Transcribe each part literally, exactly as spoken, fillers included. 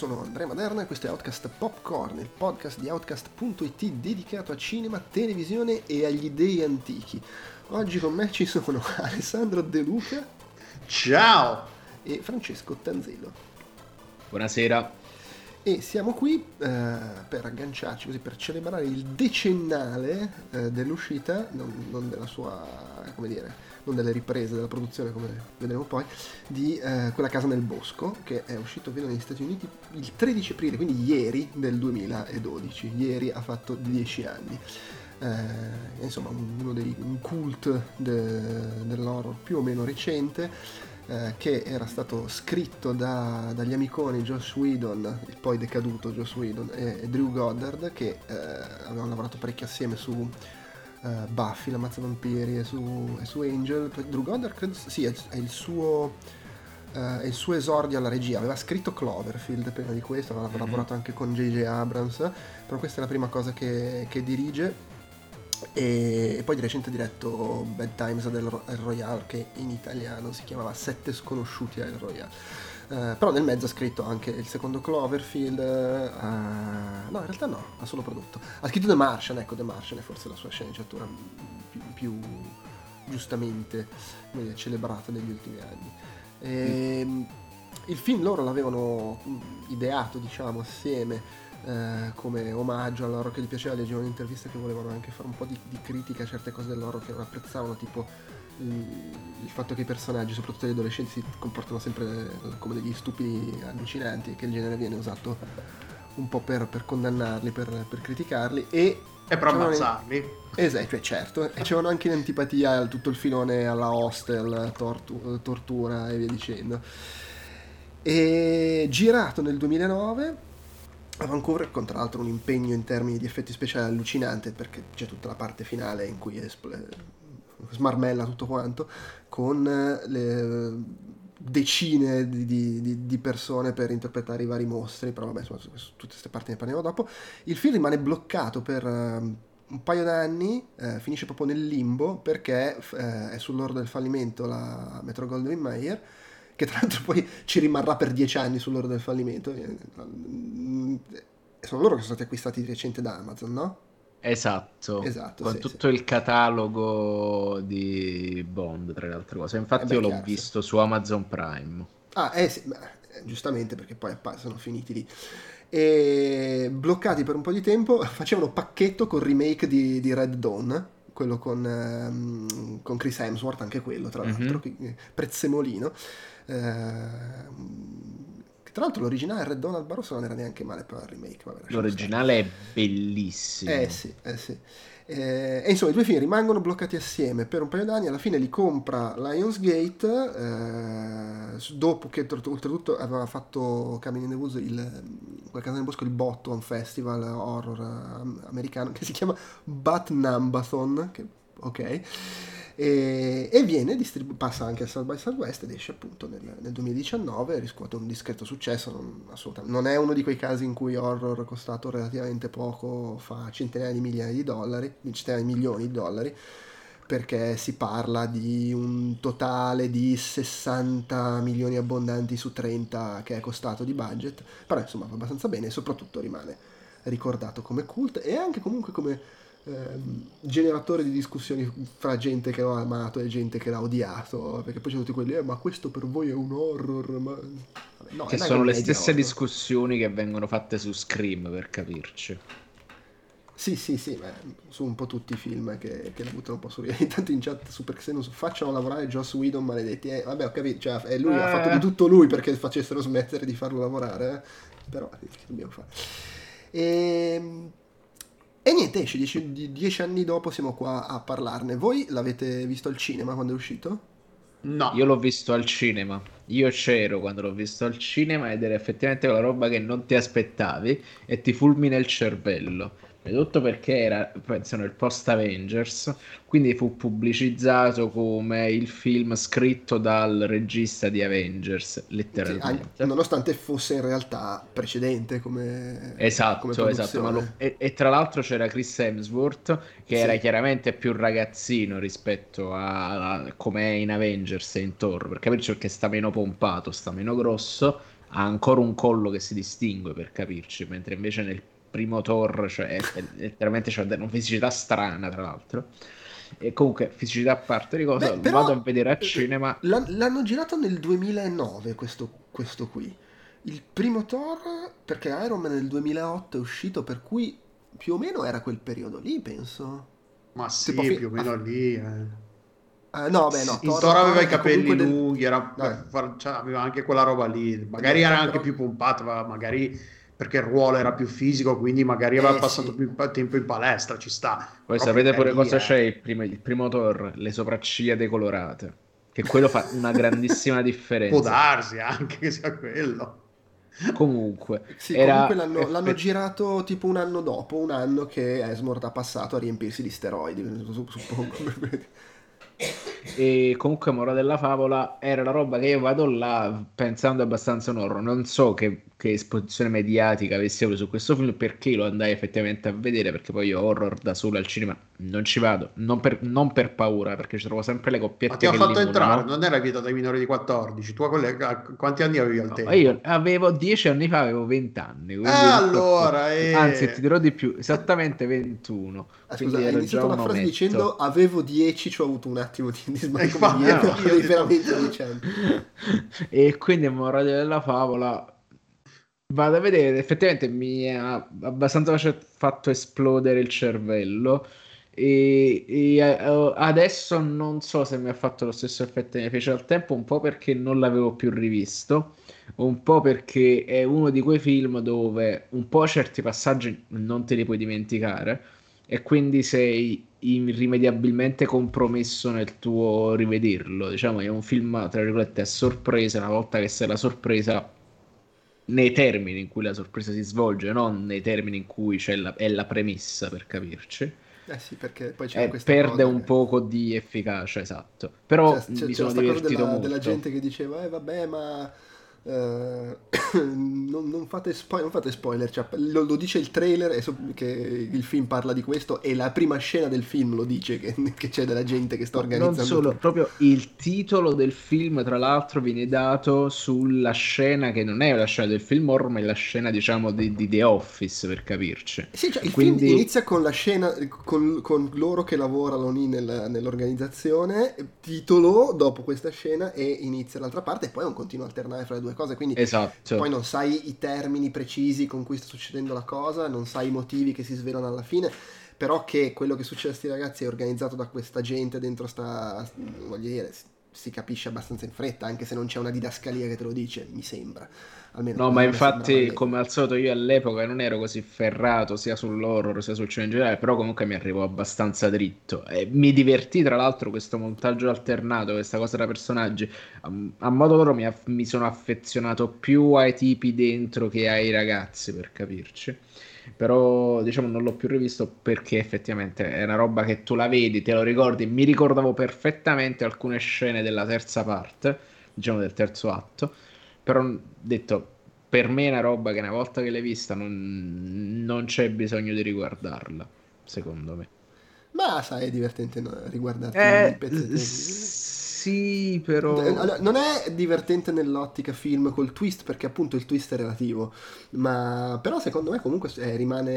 sono Andrea Maderna e questo è Outcast Popcorn, il podcast di Outcast punto it dedicato a cinema, televisione e agli dei antichi. Oggi con me ci sono Alessandro De Luca. Ciao! E Francesco Tanzelo. Buonasera. E siamo qui eh, per agganciarci, così per celebrare il decennale eh, dell'uscita, non, non della sua, come dire, non delle riprese della produzione, come vedremo poi, di eh, Quella casa nel bosco, che è uscito vedo negli Stati Uniti il tredici aprile, quindi ieri del duemiladodici. Ieri ha fatto dieci anni. Eh, insomma, uno dei un cult de, dell'horror più o meno recente. Eh, che era stato scritto da, dagli amiconi Joss Whedon, il poi decaduto Joss Whedon, e, e Drew Goddard, che eh, avevano lavorato parecchio assieme su uh, Buffy, l'Ammazza Vampiri e su, e su Angel. Drew Goddard credo sì, è, è il suo uh, è il suo esordio alla regia. Aveva scritto Cloverfield prima di questo, aveva mm-hmm. lavorato anche con J J Abrams, però questa è la prima cosa che, che dirige. E poi di recente ha diretto Bad Times del Royale, che in italiano si chiamava Sette sconosciuti al Royale. Uh, però nel mezzo ha scritto anche il secondo Cloverfield, uh, no in realtà no, ha solo prodotto, ha scritto The Martian, ecco The Martian è forse la sua sceneggiatura più, più giustamente dire, celebrata degli ultimi anni. E, mm. Il film loro l'avevano ideato, diciamo, assieme Eh, come omaggio all'horror che gli piaceva. Leggevo un'intervista che volevano anche fare un po' di, di critica a certe cose dell'horror che non apprezzavano, tipo il, il fatto che i personaggi, soprattutto gli adolescenti, si comportano sempre come degli stupidi allucinanti e che il genere viene usato un po' per, per condannarli, per, per criticarli e e per ammazzarli. Esatto, cioè, certo, e c'erano anche in antipatia tutto il filone alla Hostel, tortu- tortura e via dicendo. E girato nel duemilanove a Vancouver, con tra l'altro un impegno in termini di effetti speciali allucinante, perché c'è tutta la parte finale in cui espl- smarmella tutto quanto, con le decine di, di, di persone per interpretare i vari mostri, però vabbè, insomma, su, su tutte queste parti ne parliamo dopo. Il film rimane bloccato per um, un paio d'anni, eh, finisce proprio nel limbo, perché eh, è sull'orlo del fallimento la Metro Goldwyn Mayer, che tra l'altro poi ci rimarrà per dieci anni sull'ora del fallimento. Sono loro che sono stati acquistati di recente da Amazon, no? Esatto, esatto con sì, tutto sì. il catalogo di Bond, tra le altre cose. Infatti eh beh, io l'ho chiaro, visto sì. su Amazon Prime. Ah, eh sì, beh, giustamente, perché poi sono finiti lì. E bloccati per un po' di tempo, facevano pacchetto col remake di, di Red Dawn, quello con, um, con Chris Hemsworth, anche quello tra l'altro, mm-hmm. prezzemolino. Uh, tra l'altro l'originale Red Dawn al Barroso non era neanche male, però il remake vabbè, l'originale stare. È bellissimo. Eh sì, eh sì. Eh, e insomma i due film rimangono bloccati assieme per un paio d'anni. Alla fine li compra Lionsgate, eh, dopo che oltretutto aveva fatto Cabin in the Woods, il Quella casa nel bosco, il botto, un festival horror americano che si chiama Bat Nambathon, che ok. E, e viene distribu- passa anche a South by Southwest ed esce appunto nel, nel duemiladiciannove, riscuote un discreto successo. Non, assolutamente, non è uno di quei casi in cui horror costato relativamente poco fa centinaia di migliaia di dollari, di centinaia di milioni di dollari, perché si parla di un totale di sessanta milioni abbondanti su trenta che è costato di budget, però insomma va abbastanza bene e soprattutto rimane ricordato come cult e anche comunque come Ehm, generatore di discussioni fra gente che l'ha amato e gente che l'ha odiato, perché poi c'è tutti quelli eh, ma questo per voi è un horror, ma... Vabbè, no, che sono le stesse horror. Discussioni che vengono fatte su Scream, per capirci. Sì, sì, sì, beh, su un po' tutti i film che, che la buttano un po' su. Intanto in chat Super Xenos facciano lavorare Joss Whedon, maledetti. Eh, vabbè, ho capito, cioè, eh, lui eh. ha fatto di tutto lui perché facessero smettere di farlo lavorare, eh? Però che dobbiamo fare? E... E niente, esce dieci, dieci anni dopo, siamo qua a parlarne. Voi l'avete visto al cinema quando è uscito? No. Io l'ho visto al cinema. Io c'ero quando l'ho visto al cinema ed era effettivamente quella roba che non ti aspettavi e ti fulmina il cervello. Tutto perché era, penso, nel post Avengers, quindi fu pubblicizzato come il film scritto dal regista di Avengers, letteralmente. Sì, nonostante fosse in realtà precedente come esatto, come esatto, ma lo, e, e tra l'altro c'era Chris Hemsworth che sì. era chiaramente più ragazzino rispetto a, a come è in Avengers e in Thor, per capirci, perché sta meno pompato, sta meno grosso. ha ancora un collo che si distingue, per capirci, mentre invece nel primo Thor, cioè, è, è, letteralmente c'è una fisicità strana, tra l'altro. E comunque, fisicità a parte di cosa, Beh, lo però vado a vedere a eh, cinema. l'han- l'hanno girato nel duemilanove questo, questo qui. Il primo Thor, perché Iron Man nel duemilaotto è uscito, per cui più o meno era quel periodo lì, penso. Ma Tipo, sì, fi- più o meno a- lì. eh. eh, no, beh, Sì, no, in Thor, Toro aveva Thor i è comunque capelli del... lunghi, era Dai, per far- cioè, aveva anche quella roba lì. beh, Magari era però, anche però- più pompato, ma magari perché il ruolo era più fisico, quindi magari aveva Eh passato sì, più pa- tempo in palestra, ci sta. Poi Però più sapete è pure lì, cosa c'è eh. il primo, il primo Thor? Le sopracciglia decolorate, che quello fa una grandissima Può differenza. darsi anche che sia quello. Comunque, sì, comunque era l'hanno, l'hanno effettivamente. girato tipo un anno dopo, un anno che Esmord ha passato a riempirsi di steroidi, supp- suppongo. E comunque, morale della favola, era la roba che io vado là pensando abbastanza un horror. Non so che, che esposizione mediatica avessi avuto su questo film, perché lo andai effettivamente a vedere, perché poi io horror da solo al cinema non ci vado, non per, non per paura, perché ci trovo sempre le Ma ti coppiette ha che fatto entrare, limonano. non era vietato ai minori di quattordici. Tu a quelle- a- quanti anni avevi al No, io tempo? avevo dieci anni fa, avevo venti anni, Eh, quindi purtroppo, allora, anzi, ti eh. dirò di più, esattamente ventuno, Ah, quindi scusa, hai ero già iniziato la un frase ometto. dicendo avevo dieci, ci ho avuto un attimo di, di E sbaglio, come infatti dire, No, no, anch'io ho avevi detto, veramente dieci anni. e quindi, morale della favola, vado a vedere, effettivamente mi ha abbastanza face- fatto esplodere il cervello. E, e, eh, adesso non so se mi ha fatto lo stesso effetto che mi fece al tempo, un po' perché non l'avevo più rivisto, un po' perché è uno di quei film dove un po' certi passaggi non te li puoi dimenticare e quindi sei irrimediabilmente compromesso nel tuo rivederlo. Diciamo, è un film, tra virgolette, a sorpresa, una volta che sei la sorpresa nei termini in cui la sorpresa si svolge, non nei termini in cui c'è la, è la premessa, per capirci. Eh sì, perché poi c'era E questa perde cosa un che... poco di efficacia, esatto. C'era, Però c'era- mi c'era sono sta cosa divertito della, della molto. gente che diceva, eh vabbè, ma eh, non, non fate spoiler, non fate spoiler, cioè, lo, lo dice il trailer e so- che il film parla di questo e la prima scena del film lo dice che, che c'è della gente che sta No, non organizzando solo, tutto. proprio il titolo del film, tra l'altro, viene dato sulla scena che non è la scena del film horror, ma è la scena, diciamo, di, di The Office, per capirci. Sì, cioè, il film Quindi, inizia con la scena con, con loro che lavorano lì nella- nell'organizzazione, titolo dopo questa scena e inizia l'altra parte e poi è un continuo alternare fra le due cose, quindi poi esatto. non sai i termini precisi con cui sta succedendo la cosa, non sai i motivi che si svelano alla fine, però che quello che succede a sti ragazzi è organizzato da questa gente dentro sta, voglio dire, si si capisce abbastanza in fretta, anche se non c'è una didascalia che te lo dice, mi sembra, almeno No, ma così mi sembrava infatti, all'epoca. come al solito, io all'epoca non ero così ferrato sia sull'horror sia sul cinema in generale, però comunque mi arrivò abbastanza dritto. E mi divertì, tra l'altro, questo montaggio alternato, questa cosa da personaggi. A, a modo loro mi, aff- mi sono affezionato più ai tipi dentro che ai ragazzi, per capirci. Però, diciamo, non l'ho più rivisto perché effettivamente è una roba che tu la vedi, te lo ricordi. Mi ricordavo perfettamente alcune scene della terza parte, diciamo del terzo atto. Però detto, per me è una roba che una volta che l'hai vista non, non c'è bisogno di riguardarla, secondo me. Ma sai, è divertente no, riguardarti i Eh, pezzetti. sì, D- però. allora, non è divertente nell'ottica film col twist perché appunto il twist è relativo, ma però secondo me comunque eh,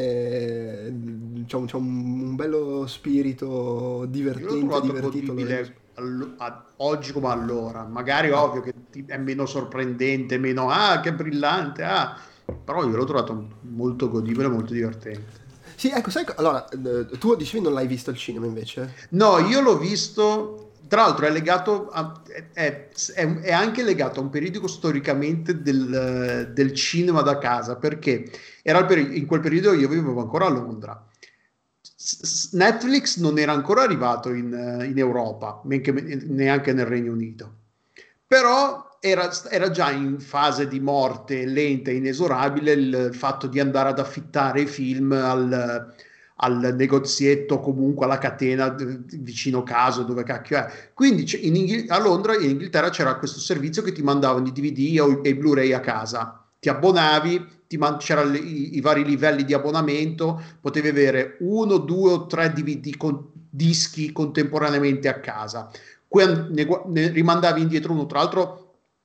rimane, c'è un, c'è un, un bello spirito io l'ho divertente, trovato divertito. Lo riesco. godibile allo- a- oggi come allora. Magari Ah. ovvio che ti- è meno sorprendente, meno ah, che brillante, ah. Però io l'ho trovato molto godibile, molto divertente. Sì, ecco, sai, co- allora, eh, tu dicevi non l'hai visto al cinema invece? No, io l'ho visto, tra l'altro è legato a, è, è- è anche legato a un periodo storicamente del, del cinema da casa, perché era il peri- in quel periodo io vivevo ancora a Londra. S- s- Netflix non era ancora arrivato in, eh, in Europa, men che- neanche nel Regno Unito. Però era, era già in fase di morte lenta e inesorabile il fatto di andare ad affittare i film al, al negozietto, comunque alla catena eh, vicino caso, dove cacchio è. Quindi c'è- in Inghil- a Londra, in Inghilterra, c'era questo servizio che ti mandavano i D V D o i, e i Blu-ray a casa. Ti abbonavi, ti man- c'erano i, i vari livelli di abbonamento, potevi avere uno, due o tre D V D con dischi contemporaneamente a casa. Que- ne, ne rimandavi indietro uno, tra l'altro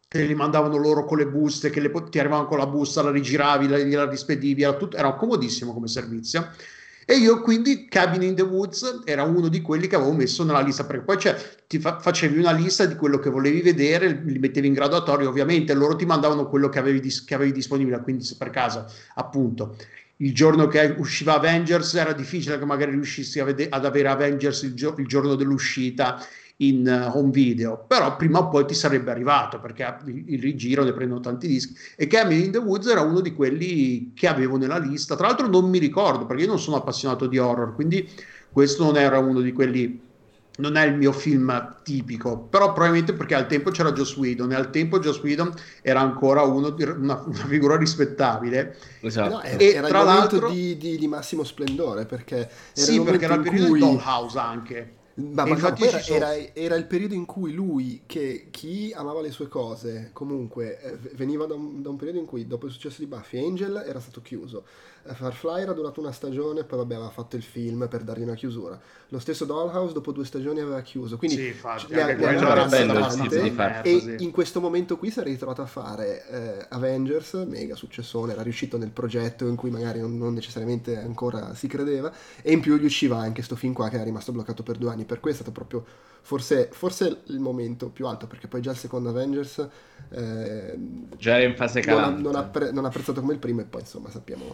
che li mandavano loro con le buste, che le, ti arrivavano con la busta, la rigiravi, la, gliela rispedivi, era, tutto, era comodissimo come servizio. E io quindi Cabin in the Woods era uno di quelli che avevo messo nella lista, perché poi cioè, ti fa- facevi una lista di quello che volevi vedere, li mettevi in graduatorio, ovviamente loro ti mandavano quello che avevi, dis- che avevi disponibile, quindi se per caso appunto il giorno che usciva Avengers era difficile che magari riuscissi a vede- ad avere Avengers il, gio- il giorno dell'uscita in uh, home video, però prima o poi ti sarebbe arrivato, perché il, il rigiro ne prendono tanti dischi. E Cabin in the Woods era uno di quelli che avevo nella lista. Tra l'altro non mi ricordo, perché io non sono appassionato di horror, quindi questo non era uno di quelli, non è il mio film tipico, però probabilmente perché al tempo c'era Joss Whedon, e al tempo Joss Whedon era ancora uno di, una, una figura rispettabile. Esatto. No, era, E era tra il momento l'altro di, di, di massimo splendore, perché era sì, il perché era il momento in periodo cui... di Dollhouse anche. Ma, E ma no, infatti poi ci era, sono- era, era il periodo in cui lui, che chi amava le sue cose, comunque eh, veniva da un, da un periodo in cui dopo il successo di Buffy, Angel era stato chiuso, eh, Firefly era durato una stagione, poi vabbè aveva fatto il film per dargli una chiusura, lo stesso Dollhouse dopo due stagioni aveva chiuso, quindi Sì, infatti, ne ha- anche ne ha quello era fatte bello il tante, tipo di merda, e sì. in questo momento qui si era ritrovato a fare eh, Avengers, mega successone, era riuscito nel progetto in cui magari non, non necessariamente ancora si credeva, e in più gli usciva anche sto film qua che era rimasto bloccato per due anni, per cui è stato proprio forse, forse il momento più alto, perché poi già il secondo Avengers eh, Già era in fase non ha, calante. non, ha pre- non ha apprezzato come il primo, e poi insomma sappiamo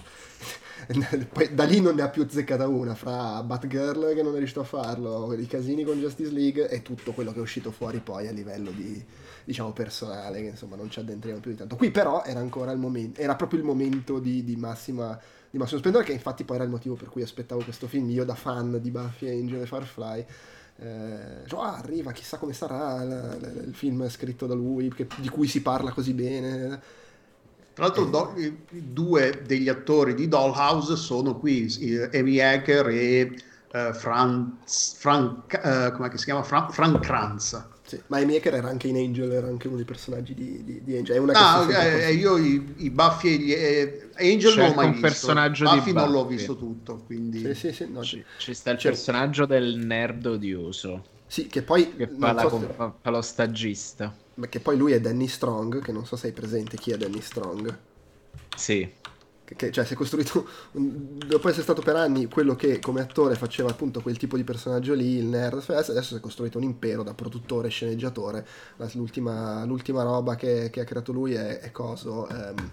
poi da lì non ne ha più azzeccata una, fra Batgirl che non è riuscito a farlo, i casini con Justice League e tutto quello che è uscito fuori poi a livello di, diciamo, personale, che insomma non ci addentriamo più di tanto. Qui però era ancora il momento, era proprio il momento di, di massima di massimo splendore, che infatti poi era il motivo per cui aspettavo questo film, io da fan di Buffy, Angel e Firefly. Eh, cioè, ah, arriva, chissà come sarà la, la, il film scritto da lui, che, di cui si parla così bene. Tra l'altro do- i due degli attori di Dollhouse sono qui, eh, Amy Acker e eh, Franz, Frank, eh, come si chiama? Frank, Frank Kranz. Sì, ma Amy Acker era anche in Angel, era anche uno dei personaggi di, di, di Angel. È una Ah, che si sente eh, io i, i Buffy e gli, eh, Angel C'è non l'ho anche mai un visto, personaggio Buffy di non l'ho Buffy. visto tutto, quindi Sì, sì, sì, no, Ci, ci sta il Cioè- personaggio del nerd odioso sì, che poi che non fa, la so com- se- fa- fa lo stagista. ma che poi lui è Danny Strong, che non so se hai presente chi è Danny Strong. Sì, Che, che- cioè si è costruito un- dopo essere stato per anni quello che come attore faceva appunto quel tipo di personaggio lì, il nerd, adesso, adesso si è costruito un impero da produttore e sceneggiatore. La- l'ultima, l'ultima roba che, che ha creato lui è, è coso ehm,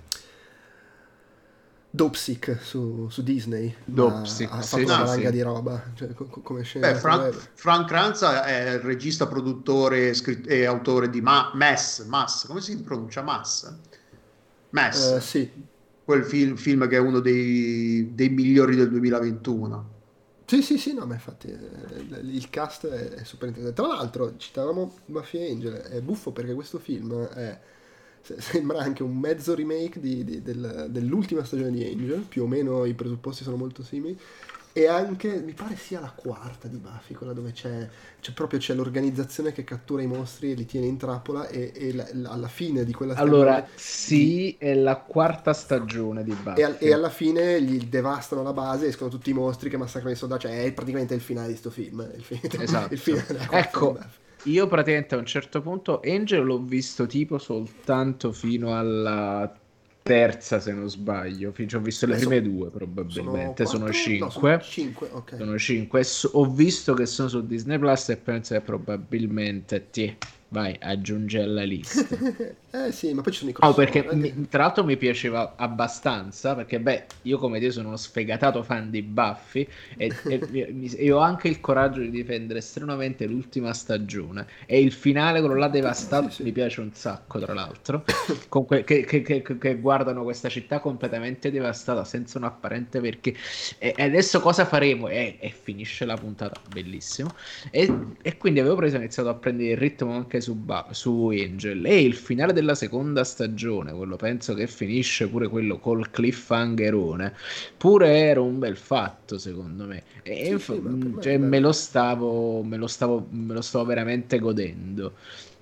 Dopesick su, su Disney. Ma Dopesick, ha sì, fatto una sì, valanga sì. di roba, cioè, co- co- come Beh, sceneggiatore. Frank, Frank Kranz è il regista, produttore scritt- e autore di Ma- Mass, Mass, come si pronuncia Mass? Mass, Eh, sì, quel film, film che è uno dei, dei migliori del duemilaventuno. Sì, sì, sì, no, ma infatti eh, il cast è, è super interessante. Tra l'altro, citavamo Buffy e Angel, è buffo perché questo film è, se- sembra anche un mezzo remake di- di- del- dell'ultima stagione di Angel, più o meno i presupposti sono molto simili, e anche, mi pare sia la quarta di Buffy, quella dove c'è, c'è proprio c'è l'organizzazione che cattura i mostri e li tiene in trappola, e, e la- la- alla fine di quella stagione... allora sì, è la quarta stagione di E, Buffy. al- e alla fine gli devastano la base, escono tutti i mostri che massacrano i soldati, cioè è praticamente il finale di sto film, il, fi- Esatto. il finale della quarta Ecco, di Buffy. io praticamente a un certo punto Angel l'ho visto tipo soltanto fino alla terza, se non sbaglio. Fi- Ci ho visto le Eh, prime so- due probabilmente, sono, quattro? No, sono cinque. cinque, ok. Sono cinque. So- ho visto che sono su Disney Plus e penso che probabilmente ti vai, aggiungi alla lista. Eh sì, ma poi ci sono i No, crossover. perché eh, mi- tra l'altro mi piaceva abbastanza, perché beh, io come te sono uno sfegatato fan di Buffy e, e mi- e ho anche il coraggio di difendere estremamente l'ultima stagione e il finale, quello là devastato, Sì, sì. mi piace un sacco tra l'altro, con que- che, che- che- che guardano questa città completamente devastata senza un apparente perché e, e adesso cosa faremo? E, e finisce la puntata, bellissimo, e, e quindi avevo preso, iniziato a prendere il ritmo anche su, Bu- su Angel, e il finale della seconda stagione, quello penso che finisce pure quello col cliffhangerone, pure era un bel fatto secondo me, e Sì, inf- sì, ma per me è cioè, bello. me lo stavo me lo stavo me lo stavo veramente godendo,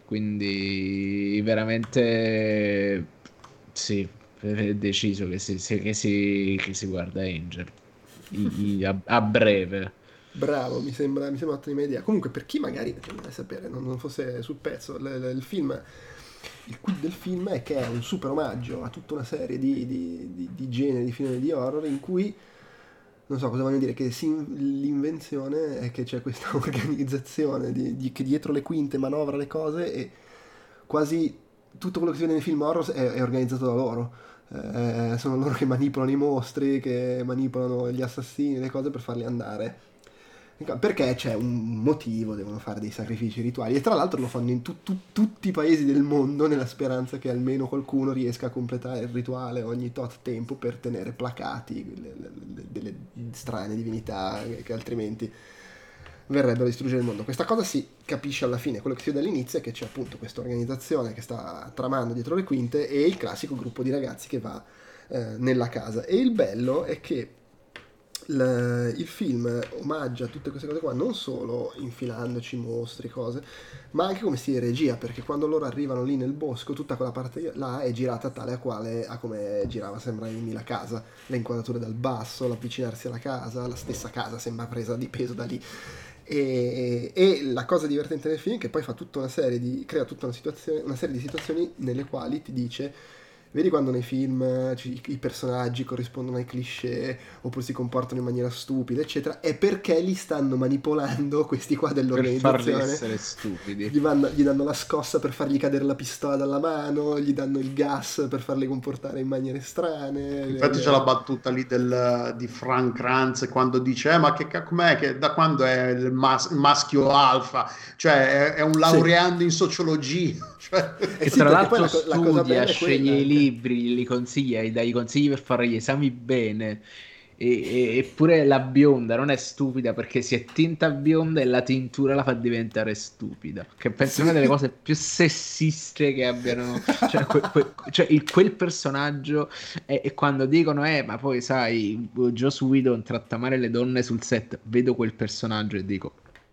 quindi veramente sì, è deciso che si, si- che si, che si guarda Angel I- i- a, a breve. Bravo, mi sembra, mi sembra un'ottima idea. Comunque, per chi magari non vuole sapere, non, non fosse sul pezzo, l- l- il film il quid del film è che è un super omaggio a tutta una serie di, di, di, di generi, di film di horror in cui, non so cosa voglio dire, che si, l'invenzione è che c'è questa organizzazione di, di, che dietro le quinte manovra le cose e quasi tutto quello che si vede nei film horror è, è organizzato da loro. Eh, sono loro che manipolano i mostri, che manipolano gli assassini, le cose per farli andare. Perché c'è un motivo, devono fare dei sacrifici rituali e tra l'altro lo fanno in tu, tu, tutti i paesi del mondo nella speranza che almeno qualcuno riesca a completare il rituale ogni tot tempo per tenere placati le, le, le, delle strane divinità che altrimenti verrebbero a distruggere il mondo. Questa cosa si capisce alla fine, quello che si vede all'inizio è che c'è appunto questa organizzazione che sta tramando dietro le quinte e il classico gruppo di ragazzi che va eh, nella casa. E il bello è che il, il film omaggia tutte queste cose qua non solo infilandoci mostri, cose, ma anche come stile regia, perché quando loro arrivano lì nel bosco tutta quella parte là è girata tale a quale a come girava Sam Raimi la casa, le inquadrature dal basso, l'avvicinarsi alla casa, la stessa casa sembra presa di peso da lì. E, e la cosa divertente del film è che poi fa tutta una serie di crea tutta una situazione una serie di situazioni nelle quali ti dice, vedi quando nei film i, i personaggi corrispondono ai cliché oppure si comportano in maniera stupida eccetera, è perché li stanno manipolando questi qua dell'organizzazione per farli essere stupidi, gli, vanno, gli danno la scossa per fargli cadere la pistola dalla mano, gli danno il gas per farli comportare in maniere strane. Infatti le... c'è la battuta lì del, di Frank Kranz quando dice eh, ma che com'è che da quando è il, mas- il maschio alfa, cioè è, è un laureando sì. in sociologia, cioè... e sì, tra l'altro la, studia, sceglie i libri, li consiglia, gli dai i consigli per fare gli esami bene. E, eppure la bionda non è stupida perché si è tinta bionda e la tintura la fa diventare stupida, che penso sì. una delle cose più sessiste che abbiano, cioè, que, que, cioè il, quel personaggio è, è quando dicono eh ma poi sai Joss Whedon tratta male le donne sul set, vedo quel personaggio e dico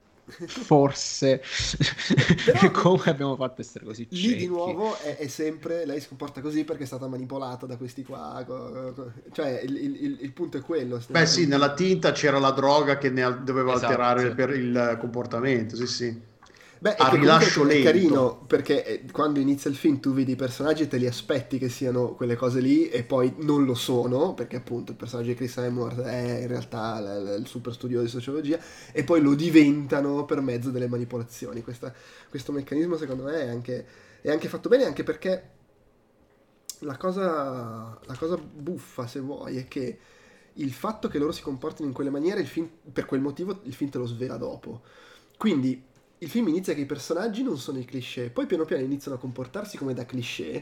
forse però, come abbiamo fatto a essere così lì ciechi? Di nuovo è, è sempre lei si comporta così perché è stata manipolata da questi qua, cioè il, il, il punto è quello. Beh sì, nella tinta c'era la droga che ne doveva esatto. alterare per il comportamento, sì sì. Beh, a rilascio lento. È carino perché quando inizia il film tu vedi i personaggi e te li aspetti che siano quelle cose lì e poi non lo sono, perché appunto il personaggio di Chris Hemsworth è in realtà l- il super studio di sociologia e poi lo diventano per mezzo delle manipolazioni. Questa, questo meccanismo secondo me è anche, è anche fatto bene, anche perché la cosa, la cosa buffa, se vuoi, è che il fatto che loro si comportino in quelle maniere, il film, per quel motivo il film te lo svela dopo. Quindi il film inizia che i personaggi non sono i cliché, poi piano piano iniziano a comportarsi come da cliché,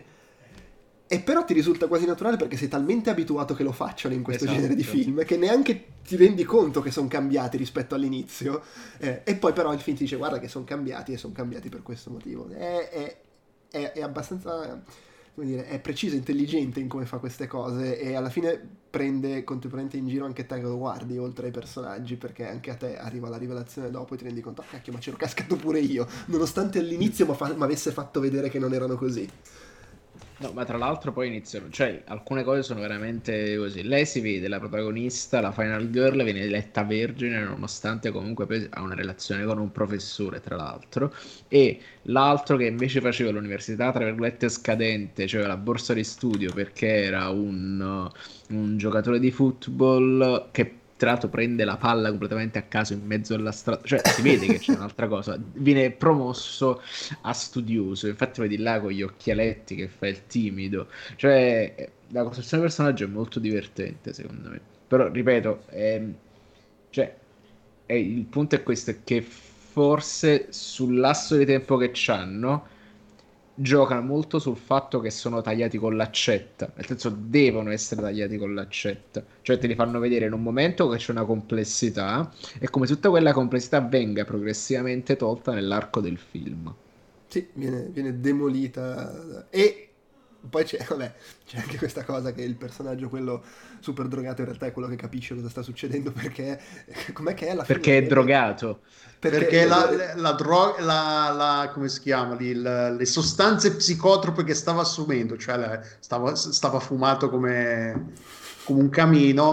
e però ti risulta quasi naturale perché sei talmente abituato che lo facciano in questo esatto. genere di film che neanche ti rendi conto che sono cambiati rispetto all'inizio, eh, e poi però il film ti dice guarda che sono cambiati e sono cambiati per questo motivo. È, è, è, è abbastanza, come dire, è preciso, intelligente in come fa queste cose e alla fine prende contemporaneamente in giro anche te che lo guardi oltre ai personaggi, perché anche a te arriva la rivelazione dopo e ti rendi conto ah cacchio ma c'ero cascato pure io nonostante all'inizio mi fa- avesse fatto vedere che non erano così. No, ma tra l'altro poi iniziano, cioè alcune cose sono veramente così. Lei si vede, la protagonista, la final girl, viene eletta vergine nonostante comunque ha una relazione con un professore, tra l'altro, e l'altro che invece faceva l'università tra virgolette scadente, cioè la borsa di studio perché era un, un giocatore di football che tra l'altro prende la palla completamente a caso in mezzo alla strada, cioè si vede che c'è un'altra cosa, viene promosso a studioso, infatti vedi là con gli occhialetti che fa il timido, cioè la costruzione del personaggio è molto divertente secondo me, però ripeto è, cioè, è, il punto è questo, è che forse sul lasso di tempo che c'hanno giocano molto sul fatto che sono tagliati con l'accetta, nel senso devono essere tagliati con l'accetta, cioè te li fanno vedere in un momento che c'è una complessità e come tutta quella complessità venga progressivamente tolta nell'arco del film. Sì, viene, viene demolita e poi c'è, vabbè, c'è anche questa cosa che il personaggio, quello super drogato, in realtà è quello che capisce cosa sta succedendo perché com'è che è alla fine? Perché è drogato. Perché, perché la, la, la droga, la, la, come si chiama lì, la, le sostanze psicotrope che stava assumendo, cioè la, stava, stava fumato come, come un camino,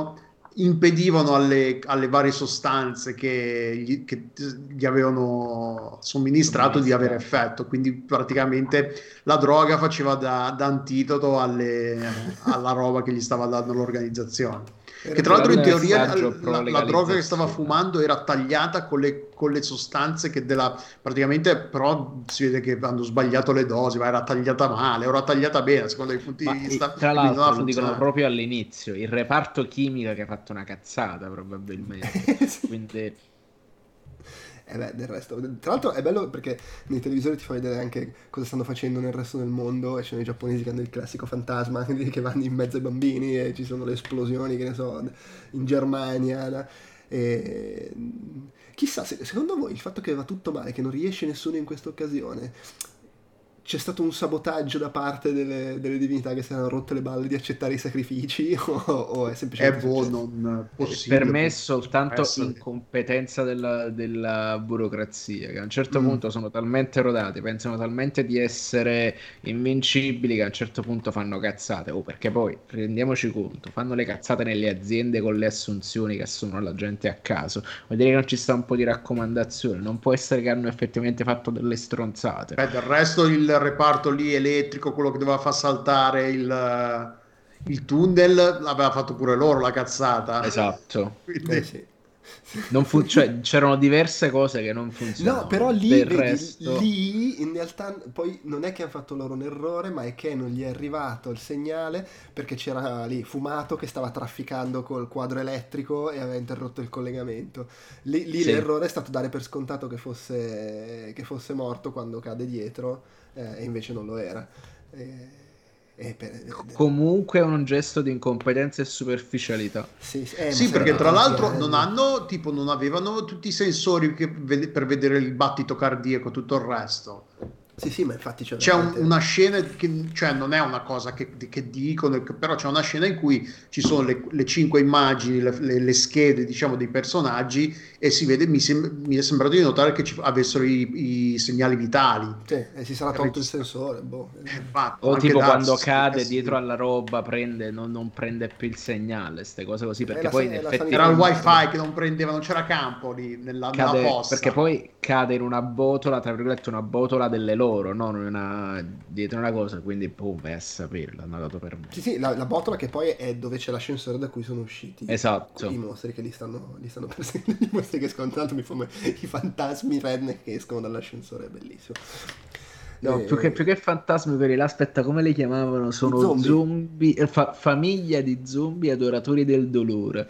impedivano alle, alle varie sostanze che gli, che gli avevano somministrato di avere effetto, quindi praticamente la droga faceva da, da antitoto alle, alla roba che gli stava dando l'organizzazione. Che tra l'altro in teoria la, la, la droga che stava fumando era tagliata con le, con le sostanze che della praticamente, però si vede che hanno sbagliato le dosi, ma era tagliata male, era tagliata bene secondo i punti ma di vista. Tra l'altro lo dicono proprio all'inizio, il reparto chimica che ha fatto una cazzata probabilmente. Quindi Eh beh, del resto. Tra l'altro è bello perché nei televisori ti fa vedere anche cosa stanno facendo nel resto del mondo, e ci sono i giapponesi che hanno il classico fantasma che vanno in mezzo ai bambini e ci sono le esplosioni, che ne so, in Germania. E chissà, se, secondo voi il fatto che va tutto male, che non riesce nessuno in questa occasione, c'è stato un sabotaggio da parte delle, delle divinità che si erano rotte le balle di accettare i sacrifici o, o è semplicemente è boh, non possibile, per me è soltanto incompetenza della, della burocrazia, che a un certo mm. punto sono talmente rodati, pensano talmente di essere invincibili che a un certo punto fanno cazzate, oh, perché poi rendiamoci conto, fanno le cazzate nelle aziende con le assunzioni che assumono la gente a caso, vuol dire che non ci sta un po' di raccomandazione, non può essere che hanno effettivamente fatto delle stronzate. Beh, del resto il reparto lì elettrico, quello che doveva far saltare il, il tunnel, l'aveva fatto pure loro la cazzata. Esatto. Quindi... eh sì. Non fu- cioè, c'erano diverse cose che non funzionavano. No, però lì, Del vedi, resto... lì in realtà poi non è che hanno fatto loro un errore, ma è che non gli è arrivato il segnale perché c'era lì Fumato che stava trafficando col quadro elettrico e aveva interrotto il collegamento. Lì, lì sì. L'errore è stato dare per scontato che fosse, che fosse morto quando cade dietro, eh, e invece non lo era. Eh, Per... comunque è un gesto di incompetenza e superficialità. Sì, eh, sì perché tra l'altro non hanno tipo non avevano tutti i sensori che ved- per vedere il battito cardiaco e tutto il resto. Sì, sì, ma infatti c'è, c'è un, una scena che cioè non è una cosa che, che dicono, però c'è una scena in cui ci sono le, le cinque immagini, le, le, le schede diciamo dei personaggi e si vede, mi, sem- mi è sembrato di notare che ci avessero i, i segnali vitali. Sì, e si sarà tolto il sensore, boh. Eh, va, o tipo quando cade dietro alla roba prende, non, non prende più il segnale, queste cose così, perché poi in effetti era il wifi che non prendeva, non c'era campo lì nella, cade, nella fossa, perché poi cade in una botola, tra virgolette una botola delle loro, non una, dietro una cosa, quindi boh, vai a saperlo, hanno dato per me. Sì, sì, la, la botola che poi è dove c'è l'ascensore da cui sono usciti. Esatto. I mostri che li stanno, li stanno perseguendo, i mostri che escono, tra l'altro mi fanno i fantasmi redneck che escono dall'ascensore, è bellissimo. No, e... più, che, più che fantasmi quelli là, aspetta, come li chiamavano? Sono zombie, zombie fa, famiglia di zombie adoratori del dolore.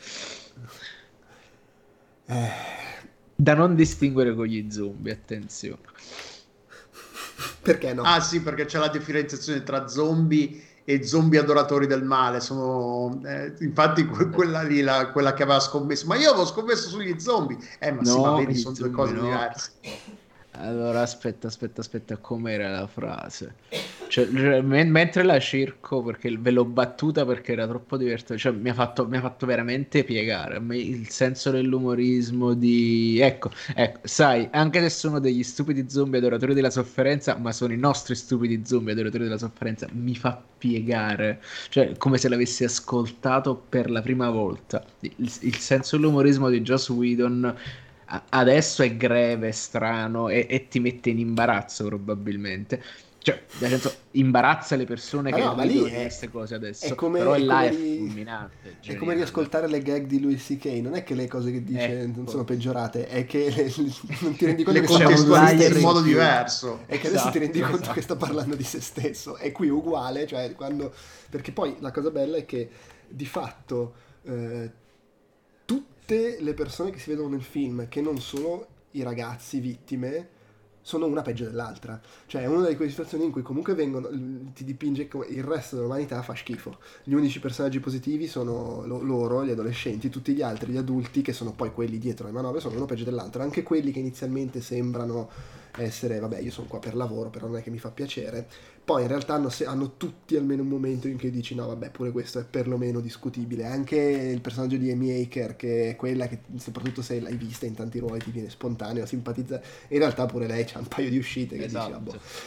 Eh... Da non distinguere con gli zombie, attenzione. Perché no? Ah sì, perché c'è la differenziazione tra zombie e zombie adoratori del male. Sono eh, infatti quella lì, la, quella che aveva scommesso. Ma io avevo scommesso sugli zombie. Eh, ma no, sì, ma vedi, sono due cose no. diverse. Allora, aspetta, aspetta, aspetta, com'era la frase? Cioè, cioè, mentre la cerco, perché ve l'ho battuta perché era troppo divertente, cioè mi ha fatto, mi ha fatto veramente piegare. A me il senso dell'umorismo di... Ecco, ecco, sai, anche se sono degli stupidi zombie adoratori della sofferenza, ma sono i nostri stupidi zombie adoratori della sofferenza, mi fa piegare. Cioè, come se l'avessi ascoltato per la prima volta. Il, il senso dell'umorismo di Joss Whedon... adesso è greve, strano e, e ti mette in imbarazzo probabilmente, cioè nel senso imbarazza le persone ah che no, vedono queste cose adesso, è come, però è là è fulminante, è come riascoltare le gag di Louis C K, non è che le cose che dice ecco. non sono peggiorate, è che le, non ti rendi conto le che sta parlando in modo diverso, è che adesso esatto, ti rendi esatto. conto che sta parlando di se stesso, è qui uguale, cioè quando, perché poi la cosa bella è che di fatto eh, le persone che si vedono nel film, che non sono i ragazzi vittime, sono una peggio dell'altra. Cioè è una di quelle situazioni in cui comunque vengono, ti dipinge come il resto dell'umanità fa schifo. Gli unici personaggi positivi sono lo, loro, gli adolescenti, tutti gli altri, gli adulti, che sono poi quelli dietro le manovre, sono uno peggio dell'altro. Anche quelli che inizialmente sembrano essere, vabbè, io sono qua per lavoro, però non è che mi fa piacere, poi in realtà hanno, hanno tutti almeno un momento in cui dici no vabbè, pure questo è perlomeno discutibile. Anche il personaggio di Amy Acker, che è quella che soprattutto se l'hai vista in tanti ruoli ti viene spontaneo, simpatizza, in realtà pure lei c'ha un paio di uscite che esatto. dici, boh.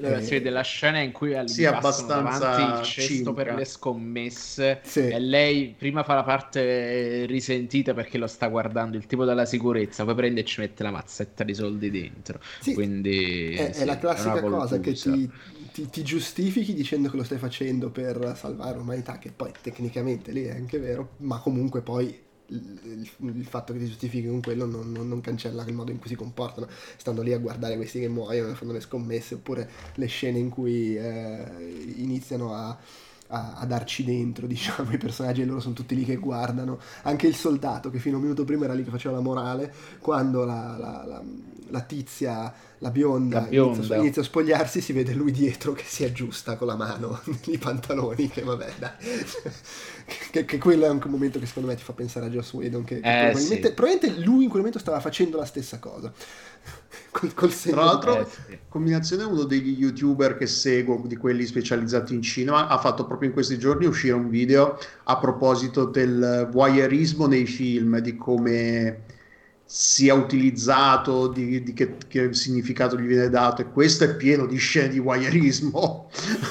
Allora, si vede la scena in cui gli Sì, passano abbastanza davanti il cesto cinica. per le scommesse Sì. e lei prima fa la parte risentita perché lo sta guardando il tipo della sicurezza, poi prende e ci mette la mazzetta di soldi dentro. Sì, Quindi è, è sì, la è una classica cosa che voltusa. ti, ti- ti giustifichi dicendo che lo stai facendo per salvare l'umanità, che poi tecnicamente lì è anche vero, ma comunque poi il, il- il fatto che ti giustifichi con quello non, non- non cancella il modo in cui si comportano, stando lì a guardare questi che muoiono, fanno le scommesse, oppure le scene in cui eh, iniziano a, a- a darci dentro, diciamo, i personaggi e loro sono tutti lì che guardano. Anche il soldato che fino a un minuto prima era lì che faceva la morale, quando la, la- la- la tizia, la bionda, La inizia, bionda. inizia a spogliarsi, si vede lui dietro che si aggiusta con la mano i pantaloni, che vabbè dai. che, che quello è anche un momento che secondo me ti fa pensare a Joss Whedon, che, che Eh, probabilmente, sì. probabilmente lui in quel momento stava facendo la stessa cosa. col, col senno Tra di- l'altro, Eh, sì. combinazione, uno degli youtuber che seguo, di quelli specializzati in cinema, ha fatto proprio in questi giorni uscire un video a proposito del voyeurismo nei film, di come sia utilizzato, di, di che, che significato gli viene dato, e questo è pieno di scene di voyeurismo.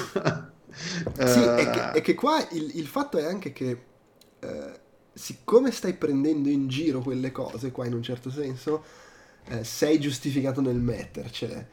Sì, è che, è Eh, che qua il, il fatto è anche che eh, siccome stai prendendo in giro quelle cose qua in un certo senso, eh, sei giustificato nel mettercele.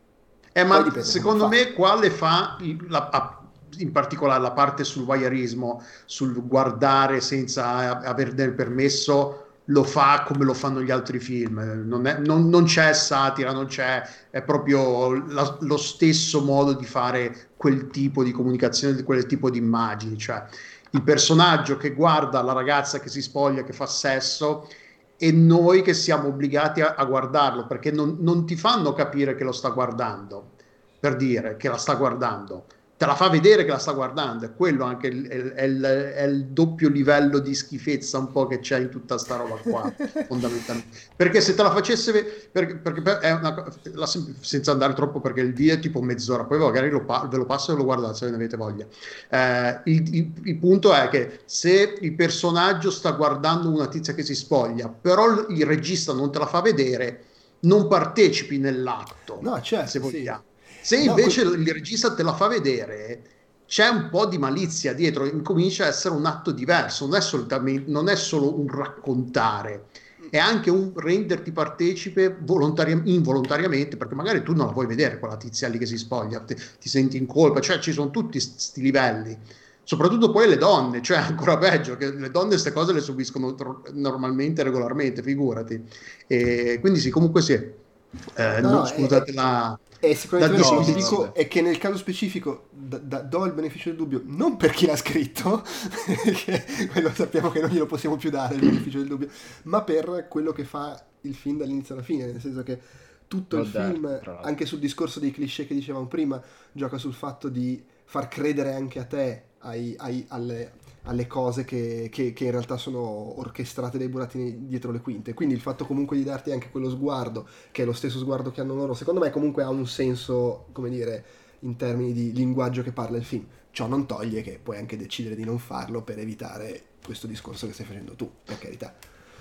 Eh, Poi ma dipende come lo secondo fai. me qua le fa il- la- a- in particolare la parte sul voyeurismo, sul guardare senza a- averne il permesso, lo fa come lo fanno gli altri film. Non, è- non- non c'è satira, non c'è, è proprio la- lo stesso modo di fare quel tipo di comunicazione, di quel tipo di immagini. Cioè, il personaggio che guarda la ragazza che si spoglia, che fa sesso, e noi che siamo obbligati a, a guardarlo perché non, non ti fanno capire che lo sta guardando, per dire che la sta guardando, te la fa vedere che la sta guardando. È quello anche il, è, è il, è il doppio livello di schifezza un po' che c'è in tutta sta roba qua, fondamentalmente. Perché se te la facesse ve- perché, perché per- è una, co- la sem- senza andare troppo, perché il video è tipo mezz'ora, poi magari lo pa- ve lo passo e lo guardate se ne avete voglia. Eh, il, il- il punto è che se il personaggio sta guardando una tizia che si spoglia, però il, il regista non te la fa vedere, non partecipi nell'atto, No, se certo, sì. vogliamo. Se No, invece que- il regista te la fa vedere, c'è un po' di malizia dietro, incomincia a essere un atto diverso, non è, soltanto, non è solo un raccontare, è anche un renderti partecipe volontari- involontariamente, perché magari tu non la vuoi vedere quella tizia lì che si spoglia, ti, ti senti in colpa, cioè ci sono tutti questi livelli. Soprattutto poi le donne, cioè ancora peggio, che le donne queste cose le subiscono tro- normalmente, regolarmente, figurati. E quindi sì, comunque sì, eh, no, no, no, è, è- scusate la, è la sicuramente vero. Quello che ti disquisizione. dico è che nel caso specifico da- da- do il beneficio del dubbio, non per chi l'ha scritto, perché quello sappiamo che non glielo possiamo più dare il beneficio del dubbio, ma per quello che fa il film dall'inizio alla fine, nel senso che tutto il Può darsi, film, tra l'altro. anche sul discorso dei cliché che dicevamo prima, gioca sul fatto di far credere anche a te ai- ai- alle, alle cose che, che- che in realtà sono orchestrate dai burattini dietro le quinte. Quindi il fatto comunque di darti anche quello sguardo, che è lo stesso sguardo che hanno loro, secondo me comunque ha un senso, come dire, in termini di linguaggio che parla il film. Ciò non toglie che puoi anche decidere di non farlo per evitare questo discorso che stai facendo tu, per carità.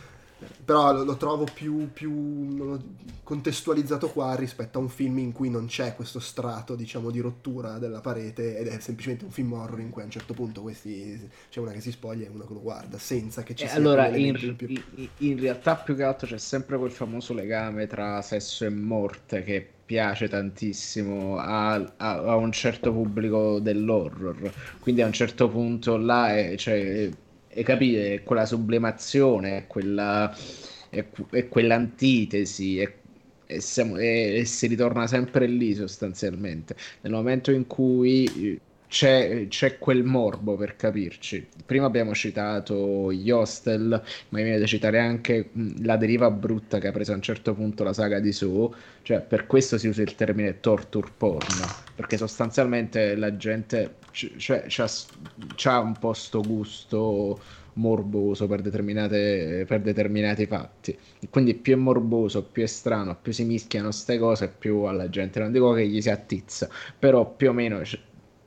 Però lo, lo trovo più, più non lo- contestualizzato qua rispetto a un film in cui non c'è questo strato, diciamo, di rottura della parete ed è semplicemente un film horror in cui a un certo punto questi, c'è una che si spoglia e uno che lo guarda senza che ci E sia allora, in, quell'elemento in più. in- in realtà più che altro c'è sempre quel famoso legame tra sesso e morte che piace tantissimo a, a- a un certo pubblico dell'horror. Quindi a un certo punto là è, cioè, è capire, è quella sublimazione, è quella, è, è quell'antitesi, è- e siamo- e- e si ritorna sempre lì sostanzialmente. Nel momento in cui c'è, c'è quel morbo, per capirci. Prima abbiamo citato gli Hostel, ma mi viene da citare anche mh, la deriva brutta che ha preso a un certo punto la saga di Saw, cioè per questo si usa il termine torture porn, perché sostanzialmente la gente c- cioè, c'ha, c'ha un po' sto gusto morboso per determinate, per determinati fatti. E quindi più è morboso, più è strano, più si mischiano ste cose, più alla gente, non dico che gli si attizza, però più o meno c-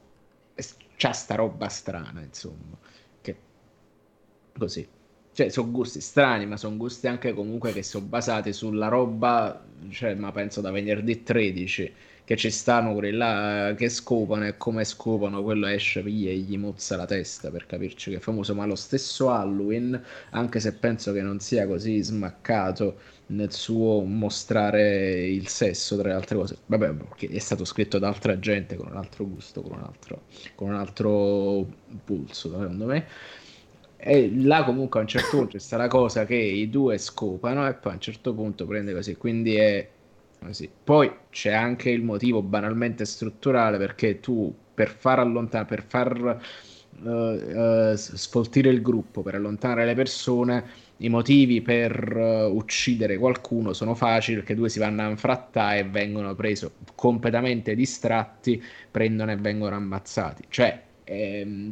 c'ha sta roba strana, insomma, che così. Cioè, sono gusti strani, ma sono gusti anche comunque che sono basati sulla roba, cioè, ma penso da venerdì tredici, che ci stanno quelli là che scopano, e come scopano quello esce via e gli mozza la testa, per capirci che è famoso. Ma lo stesso Halloween, anche se penso che non sia così smaccato nel suo mostrare il sesso tra le altre cose, vabbè, che è stato scritto da altra gente con un altro gusto, con un altro, con un altro pulso, secondo me. E là comunque a un certo punto c'è sta la cosa che i due scopano e poi a un certo punto prende così, quindi è così. Poi c'è anche il motivo banalmente strutturale, perché tu per far allontanare, per far uh, uh, sfoltire il gruppo, per allontanare le persone, i motivi per uh, uccidere qualcuno sono facili, perché due si vanno a infrattare e vengono presi completamente distratti, prendono e vengono ammazzati. Cioè, ehm,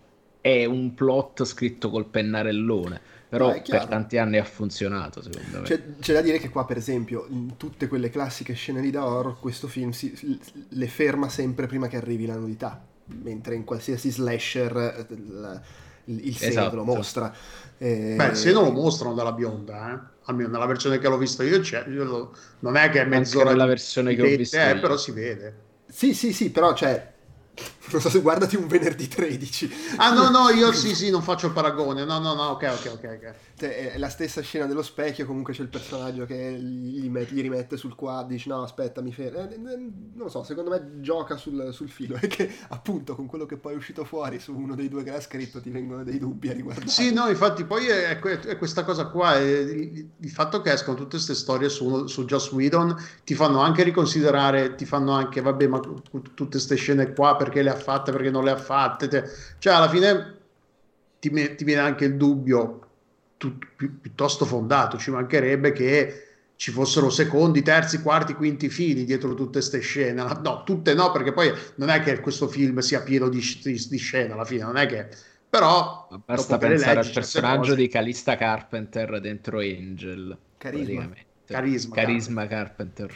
è un plot scritto col pennarellone, No, però è per chiaro. tanti anni ha funzionato, secondo me. C'è, c'è da dire che qua, per esempio, in tutte quelle classiche scene lì da horror, questo film si, le ferma sempre prima che arrivi la nudità, mentre in qualsiasi slasher eh, il, il, il seno te lo Esatto. mostra. Eh, Beh, se non lo mostrano dalla bionda, eh? Almeno nella versione che l'ho visto io, c'è, io lo- non è che è Anche mezz'ora nella di, versione di che ho tette, visto eh, però io. si vede. Sì, sì, sì, però cioè, non so se guardati un venerdì tredici. Ah, no, no, io sì, sì, non faccio il paragone. No, no, no, ok, ok, ok, ok. Cioè, è la stessa scena dello specchio, comunque c'è il personaggio che gli, met- gli rimette sul quad, dice no aspetta mi fermo, eh, eh, non lo so, secondo me gioca sul, sul filo, è che appunto con quello che poi è uscito fuori su uno dei due che l'ha scritto ti vengono dei dubbi a riguardare. Sì, no, infatti poi è, è- è questa cosa qua, è il, il fatto che escono tutte queste storie su, su Joss Whedon ti fanno anche riconsiderare, ti fanno anche, vabbè, ma tutte queste scene qua perché le ha fatte, perché non le ha fatte, te- cioè alla fine ti, me- ti viene anche il dubbio tu- pi- piuttosto fondato, ci mancherebbe che ci fossero secondi, terzi, quarti, quinti fili dietro tutte queste scene, no, tutte no, perché poi non è che questo film sia pieno di, di, di scene alla fine, non è che però Ma dopo basta che le pensare leggi al certe personaggio cose, di Calista Carpenter dentro Angel, Carisma. praticamente. carisma, Carisma Carpenter. Carpenter,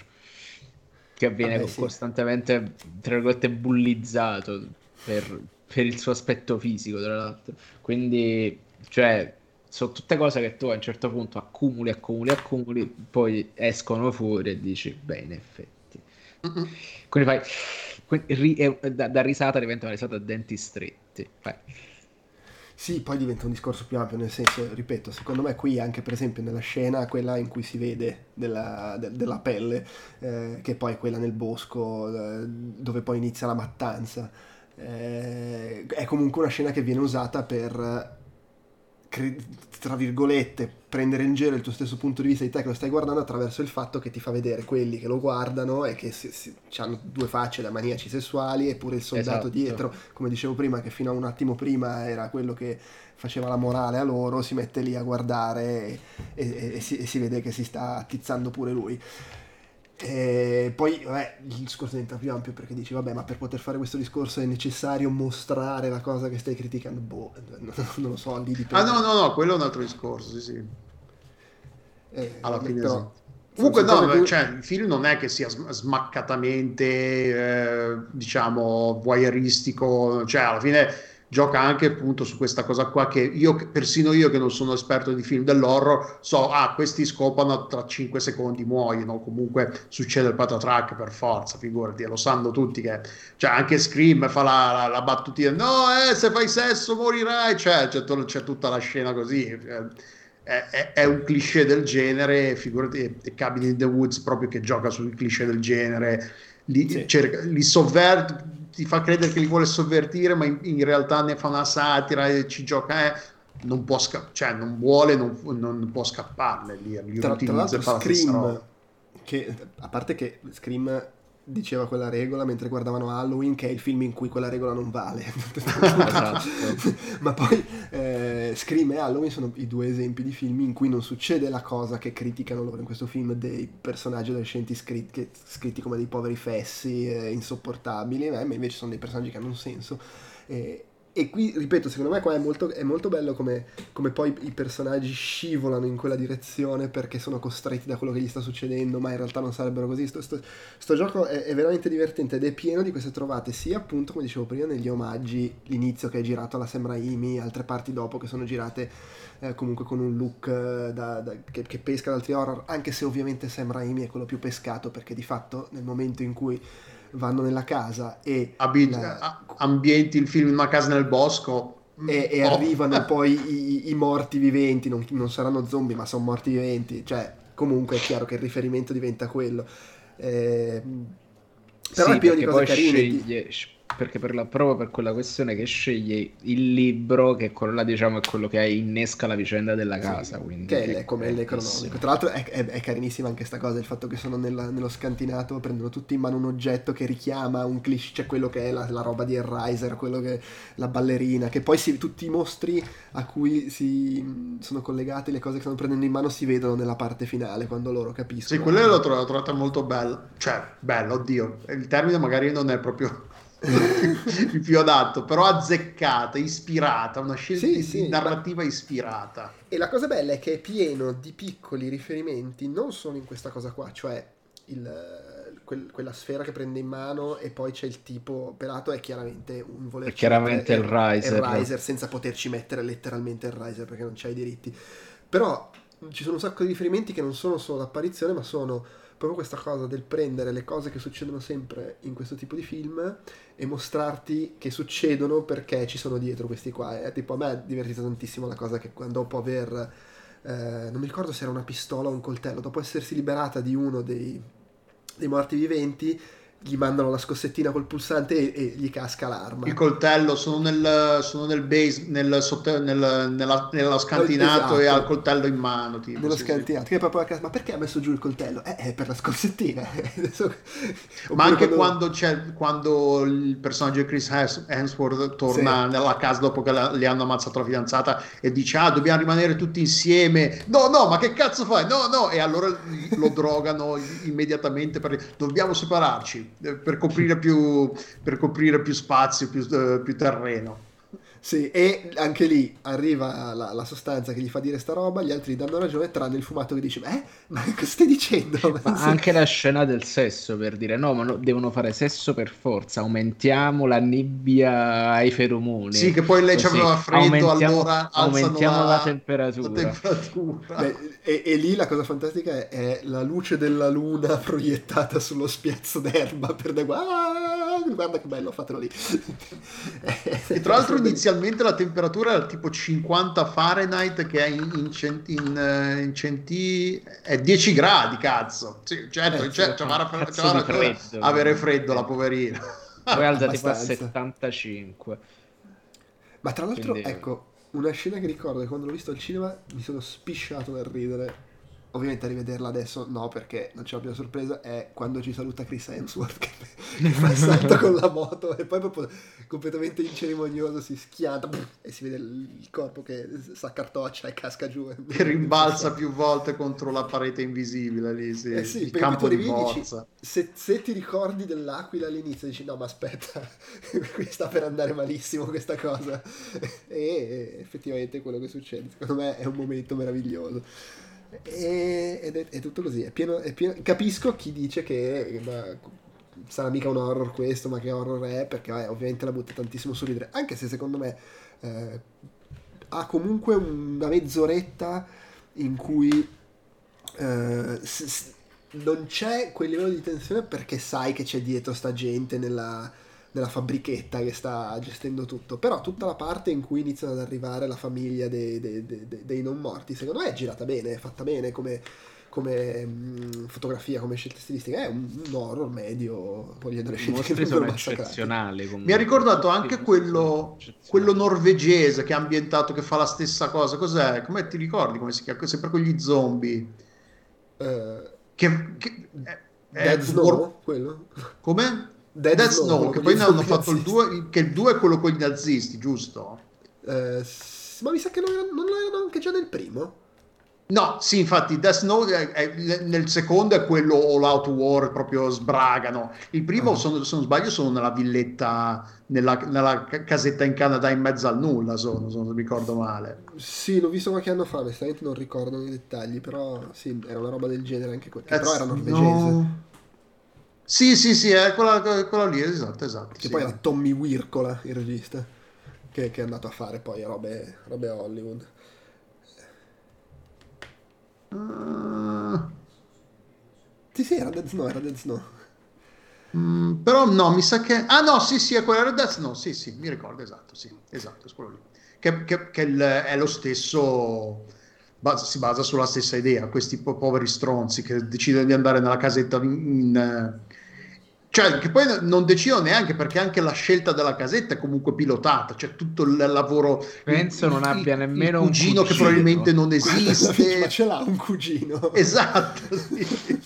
che viene Vabbè co- sì, costantemente, tra virgolette, bullizzato per, per il suo aspetto fisico, tra l'altro. Quindi, cioè, sono tutte cose che tu a un certo punto accumuli, accumuli, accumuli, poi escono fuori e dici, beh, in effetti. Mm-mm. Quindi fai, quindi ri- è- da, da risata diventa una risata a denti stretti. Fai. sì, poi diventa un discorso più ampio, nel senso, ripeto, secondo me qui anche per esempio nella scena, quella in cui si vede della, de- della pelle, eh, che poi è quella nel bosco, eh, dove poi inizia la mattanza, eh, è comunque una scena che viene usata per, cre- tra virgolette, prendere in giro il tuo stesso punto di vista di te che lo stai guardando attraverso il fatto che ti fa vedere quelli che lo guardano e che si, si, hanno due facce da maniaci sessuali, eppure il soldato Esatto. dietro, come dicevo prima, che fino a un attimo prima era quello che faceva la morale a loro, si mette lì a guardare e, e- e si, e si vede che si sta attizzando pure lui. E poi vabbè, il discorso diventa più ampio perché dici vabbè, ma per poter fare questo discorso è necessario mostrare la cosa che stai criticando, boh, non lo so, lì Ah, no, dipende. no, no, quello è un altro discorso, sì, sì. Eh, Alla fine sì. però sono, Comunque sono cose no, che... cioè, il film non è che sia sm- smaccatamente, eh, diciamo, voyeuristico, cioè alla fine gioca anche appunto su questa cosa qua che io, persino io che non sono esperto di film dell'horror, so, ah, questi scopano tra cinque secondi muoiono, comunque succede il patatrack per forza, figurati, lo sanno tutti che, cioè anche Scream fa la, la, la battutina, no, eh, se fai sesso morirai, cioè c'è, c'è tutta la scena così, eh, è, è, è un cliché del genere, figurati, e Cabin in the Woods proprio che gioca sui cliché del genere, li, Sì. cerca, li sovverte, ti fa credere che li vuole sovvertire, ma in, in realtà ne fa una satira e ci gioca, eh, non può scappare, cioè non vuole, non, non può scapparne, li, li Tra, tra riutilizza e l'altro fa la stessa Scream, roba. che a parte che Scream diceva quella regola mentre guardavano Halloween, che è il film in cui quella regola non vale. Esatto. Ma poi eh, Scream e Halloween sono i due esempi di film in cui non succede la cosa che criticano loro in questo film, dei personaggi adolescenti scritti, che- scritti come dei poveri fessi, eh, insopportabili, eh, ma invece sono dei personaggi che hanno un senso. E, E qui, ripeto, secondo me qua è molto, è molto bello come, come poi i personaggi scivolano in quella direzione perché sono costretti da quello che gli sta succedendo, ma in realtà non sarebbero così. Sto, sto, sto gioco è, è veramente divertente ed è pieno di queste trovate, sia appunto, come dicevo prima, negli omaggi, l'inizio che è girato alla Sam Raimi, altre parti dopo che sono girate eh, comunque con un look eh, da, da, che, che pesca da altri horror, anche se ovviamente Sam Raimi è quello più pescato, perché di fatto nel momento in cui vanno nella casa e Abit- la... ambienti il film in una casa nel bosco e, e oh. arrivano poi i, i morti viventi, non, non saranno zombie ma sono morti viventi, cioè comunque è chiaro che il riferimento diventa quello, eh, però sì, è pieno di perché cose poi carine sceglie, perché per la, proprio per quella questione che sceglie il libro, che quello là diciamo è quello che innesca la vicenda della casa, sì, quindi che è, che è come il bellissimo. Necronomicon. Tra l'altro è, è, è carinissima anche sta cosa, il fatto che sono nella- nello scantinato, prendono tutti in mano un oggetto che richiama un cliché, cioè quello che è la, la roba di Hellraiser, quello che la ballerina, che poi si, tutti i mostri a cui si sono collegati, le cose che stanno prendendo in mano si vedono nella parte finale quando loro capiscono. Sì, quello l'ho trovato, l'ho trovata molto bella, cioè bello, oddio, il termine magari non è proprio il più adatto, però azzeccata, ispirata, una scelta Sì, di, sì, di ma- narrativa ispirata. E la cosa bella è che è pieno di piccoli riferimenti, non solo in questa cosa qua, cioè il, quel- quella sfera che prende in mano e poi c'è il tipo pelato, è chiaramente un volerci È chiaramente mettere il Riser. il Riser senza poterci mettere letteralmente il Riser perché non c'hai i diritti. Però ci sono un sacco di riferimenti che non sono solo l'apparizione, ma sono proprio questa cosa del prendere le cose che succedono sempre in questo tipo di film e mostrarti che succedono perché ci sono dietro questi qua. È tipo, a me ha divertito tantissimo la cosa che quando dopo aver eh, non mi ricordo se era una pistola o un coltello, dopo essersi liberata di uno dei, dei morti viventi, gli mandano la scossettina col pulsante e, e gli casca l'arma. Il coltello, sono nel, sono nel base, nel, sotto, nel, nella, nello scantinato Esatto. e ha il coltello in mano. Tipo, Nello sì, scantinato, sì. che è proprio la casa, ma perché ha messo giù il coltello? Eh, è per la scossettina. Adesso- Ma Oppure anche quando, c'è, quando il personaggio di Chris Hemsworth torna Sì. nella casa dopo che la- le hanno ammazzato la fidanzata e dice ah dobbiamo rimanere tutti insieme, no no ma che cazzo fai, no no, e allora lo drogano immediatamente per dobbiamo separarci eh, per coprire più, per coprire più spazio, più, eh, più terreno. Sì, e anche lì arriva la, la sostanza che gli fa dire sta roba, gli altri gli danno ragione, tranne il fumato che dice, eh, ma cosa stai dicendo? Ma anche la scena del sesso, per dire no, ma no, devono fare sesso per forza, aumentiamo la nebbia ai feromoni. Sì, che poi lei ci Così, aveva freddo, aumentiamo, allora alzano aumentiamo la, la, temperatura. la temperatura. Beh, e, e lì la cosa fantastica è, è la luce della luna proiettata sullo spiazzo d'erba per de- ah, guarda che bello, fatelo lì. E tra l'altro inizialmente la temperatura era tipo cinquanta Fahrenheit, che è in, in, centi, in, eh, in centi è dieci gradi, cazzo. Sì, certo, Eh, certo, sì, c'era cazzo c'era di cosa- freddo. avere freddo la poverina. Poi alza tipo a Abbastanza. settantacinque. Ma tra l'altro, Quindi- ecco, una scena che ricordo che quando l'ho visto al cinema mi sono spisciato dal ridere. Ovviamente a rivederla adesso no, perché non c'è più la sorpresa, è quando ci saluta Chris Hemsworth che, che fa il salto con la moto e poi proprio completamente incerimonioso si schianta e si vede il il corpo che s'accartoccia e casca giù. Che rimbalza più volte contro la parete invisibile lì, sì, Eh sì, il perché campo tu di arrivi e dici, forza. se, se ti ricordi dell'aquila all'inizio dici no ma aspetta, qui sta per andare malissimo questa cosa e effettivamente è quello che succede, secondo me è un momento meraviglioso. E- ed è, è tutto così, è pieno, è pieno- capisco chi dice che ma, sarà mica un horror questo, ma che horror è, perché vabbè, ovviamente la butta tantissimo su ridere, anche se secondo me eh, ha comunque una mezz'oretta in cui eh, s- s- non c'è quel livello di tensione perché sai che c'è dietro sta gente nella, nella fabbrichetta che sta gestendo tutto, però tutta la parte in cui iniziano ad arrivare la famiglia dei, dei- dei- dei- dei non morti secondo me è girata bene, è fatta bene come, come mh, fotografia, come scelte stilistiche, è un, un horror medio, voglio dire, I scene che mostri non sono sono massacrati. eccezionali comunque. Mi ha ricordato Tutti i anche mostri quello, sono eccezionali. quello norvegese che è ambientato, che fa la stessa cosa. Cos'è? Come ti ricordi come si chiama? Sempre con gli zombie. Eh, Che, che- è- è Dead Snow, War- quello? Come? Dead Dead Snow, Snow, quello che con poi gli ne hanno zombie fatto il nazisti. due, che il due è quello con i nazisti, giusto? Eh, s- ma mi sa che non, erano- non lo erano anche già nel primo. No, sì, infatti Death Note è, è- nel secondo è quello All Out War, proprio sbragano. Il primo, Ah. sono- se non sbaglio, sono nella villetta, nella, nella ca- casetta in Canada in mezzo al nulla, sono, se non ricordo male. Sì, l'ho visto qualche anno fa, onestamente non ricordo i dettagli, però sì, era una roba del genere anche quella, che però era That's- norvegese, no. Sì, sì, sì, è quella, quella lì, esatto, esatto, che sì. poi era Tommy Wirkola, il regista, che, che è andato a fare poi robe, robe a Hollywood. Ah, Sì, sì, era Dead Snow, era Dead Snow. mm, però no, mi sa che... Ah no, sì, sì, è quello Red Death, no, sì, sì, mi ricordo, esatto, sì, esatto, è quello lì. Che, che- che il- è lo stesso, basa- si basa sulla stessa idea, questi po- poveri stronzi che decidono di andare nella casetta in... in, eh, cioè, che poi non decidono neanche perché anche la scelta della casetta è comunque pilotata, cioè tutto il lavoro, il, Penso non il- abbia il- il nemmeno un cugino che cugino. probabilmente non Guarda, la vittima esiste. ce l'ha un cugino. Esatto, sì.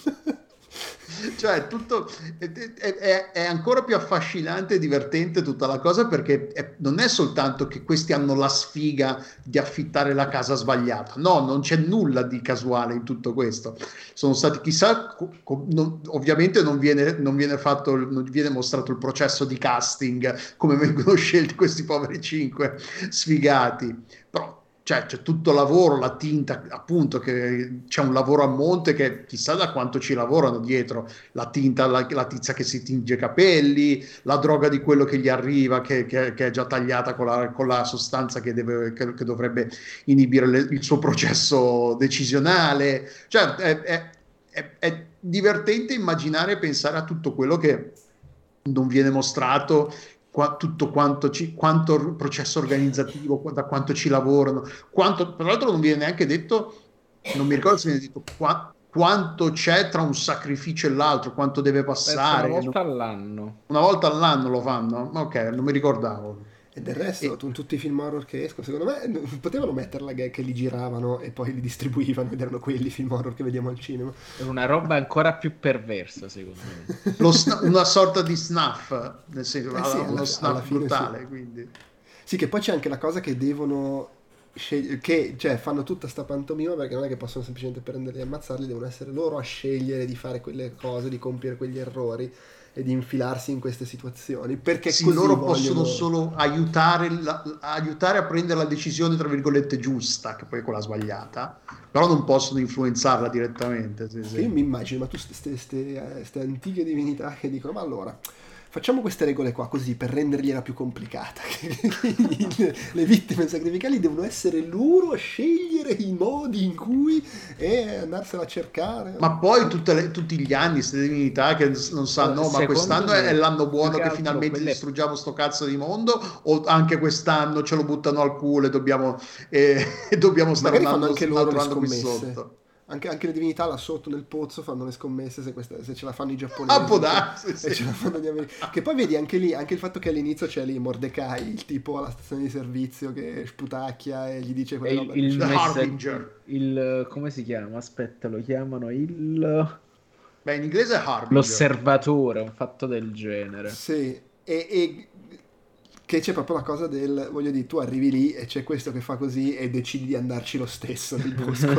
Cioè, tutto è, è- è ancora più affascinante e divertente tutta la cosa perché è- non è soltanto che questi hanno la sfiga di affittare la casa sbagliata, no, non c'è nulla di casuale in tutto questo. Sono stati chissà, co- co- non- ovviamente non viene, non viene fatto, non viene mostrato il processo di casting, come vengono scelti questi poveri cinque sfigati, però cioè, c'è tutto lavoro, la tinta, appunto, che c'è un lavoro a monte che chissà da quanto ci lavorano dietro, la tinta, la, la tizia che si tinge i capelli, la droga di quello che gli arriva, che, che- che è già tagliata con la, con la sostanza che, deve- che- che dovrebbe inibire le- il suo processo decisionale. Cioè, è, è- è- è divertente immaginare e pensare a tutto quello che non viene mostrato, qua- tutto quanto, ci, quanto il processo organizzativo, da quanto ci lavorano, quanto, tra l'altro non viene neanche detto, non mi ricordo se viene detto qua- quanto c'è tra un sacrificio e l'altro, quanto deve Penso una passare. No- volta all'anno. Una volta all'anno lo fanno? Ok, non mi ricordavo. E del resto, E- tu- tutti i film horror che escono, secondo me, n- potevano mettere la gag che li giravano e poi li distribuivano ed erano quelli i film horror che vediamo al cinema. È una roba ancora più perversa, secondo me. lo sna- una sorta di snuff, nel senso, Eh sì, alla, uno alla snuff fine brutale, sì. quindi. Sì, che poi c'è anche la cosa che devono scegliere, che cioè fanno tutta sta pantomima perché non è che possono semplicemente prenderli e ammazzarli, devono essere loro a scegliere di fare quelle cose, di compiere quegli errori e di infilarsi in queste situazioni perché Sì, così loro vogliono... possono solo aiutare, la- aiutare a prendere la decisione, tra virgolette, giusta, che poi è quella sbagliata, però non possono influenzarla direttamente. Sì, Che io sì. mi immagino, ma tu queste antiche divinità che dicono, ma allora, facciamo queste regole qua così per rendergliela più complicata. le, le vittime sacrificali devono essere loro a scegliere i modi in cui e andarsela a cercare. Ma poi tutte le- tutti gli anni, queste divinità che non sanno, "No, ma Secondo quest'anno me, è l'anno più buono che che altro finalmente quelle distruggiamo sto cazzo di mondo, o anche quest'anno ce lo buttano al culo e dobbiamo, eh, e dobbiamo stare Magari un fanno anno, anche un loro altro le anno qui scommesse. sotto. Anche, anche le divinità là sotto nel pozzo fanno le scommesse se, questa- se ce la fanno i Ah, può giapponesi darsi, e sì. ce la fanno gli americani. Che poi vedi anche lì, anche il fatto che all'inizio c'è lì Mordecai, il tipo alla stazione di servizio che sputacchia e gli dice è quelle il, robe. il The messa- Harbinger. il- come si chiama? Aspetta, lo chiamano il Beh, in inglese è Harbinger. l'osservatore, un fatto del genere. Sì, e, e che c'è proprio la cosa del, voglio dire, tu arrivi lì e c'è questo che fa così e decidi di andarci lo stesso nel bosco.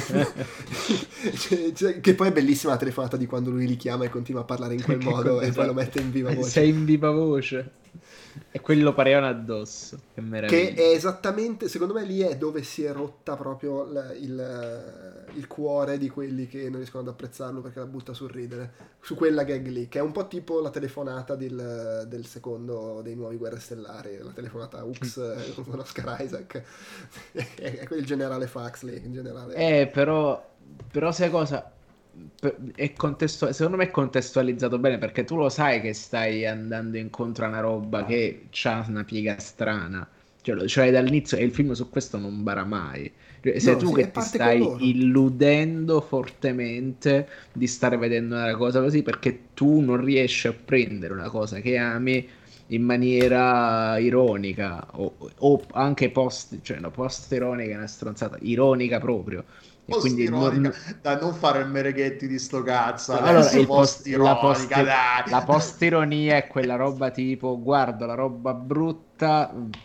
Cioè, cioè, che poi è bellissima la telefonata di quando lui li chiama e continua a parlare in quel Che modo cosa- e poi lo mette in viva voce. Sei in viva voce. E quello parevano addosso. Che meraviglia. Che è esattamente, secondo me lì è dove si è rotta proprio la- il, il cuore di quelli che non riescono ad apprezzarlo perché la butta sul ridere, su quella gag lì, che è un po' tipo la telefonata del, del secondo dei nuovi Guerre Stellari, la telefonata Hux eh, con Oscar Isaac, è, è il generale Faxley, in generale. Eh, però, però sai cosa? Per- È contestu- secondo me è contestualizzato bene perché tu lo sai che stai andando incontro a una roba che ha una piega strana. Cioè, lo- cioè dall'inizio e il film su questo non bara mai. Cioè, sei No, tu sì, che e ti parte con stai loro. illudendo fortemente di stare vedendo una cosa così perché tu non riesci a prendere una cosa che ami in maniera ironica o, o anche post, cioè no, post ironica è una stronzata, ironica proprio. E quindi Post-ironica, non, dai, non fare il Mereghetti di sto cazzo no, allora, adesso, il post, la, post, post-ironica, dai. la post-ironia è quella roba tipo guardo la roba brutta,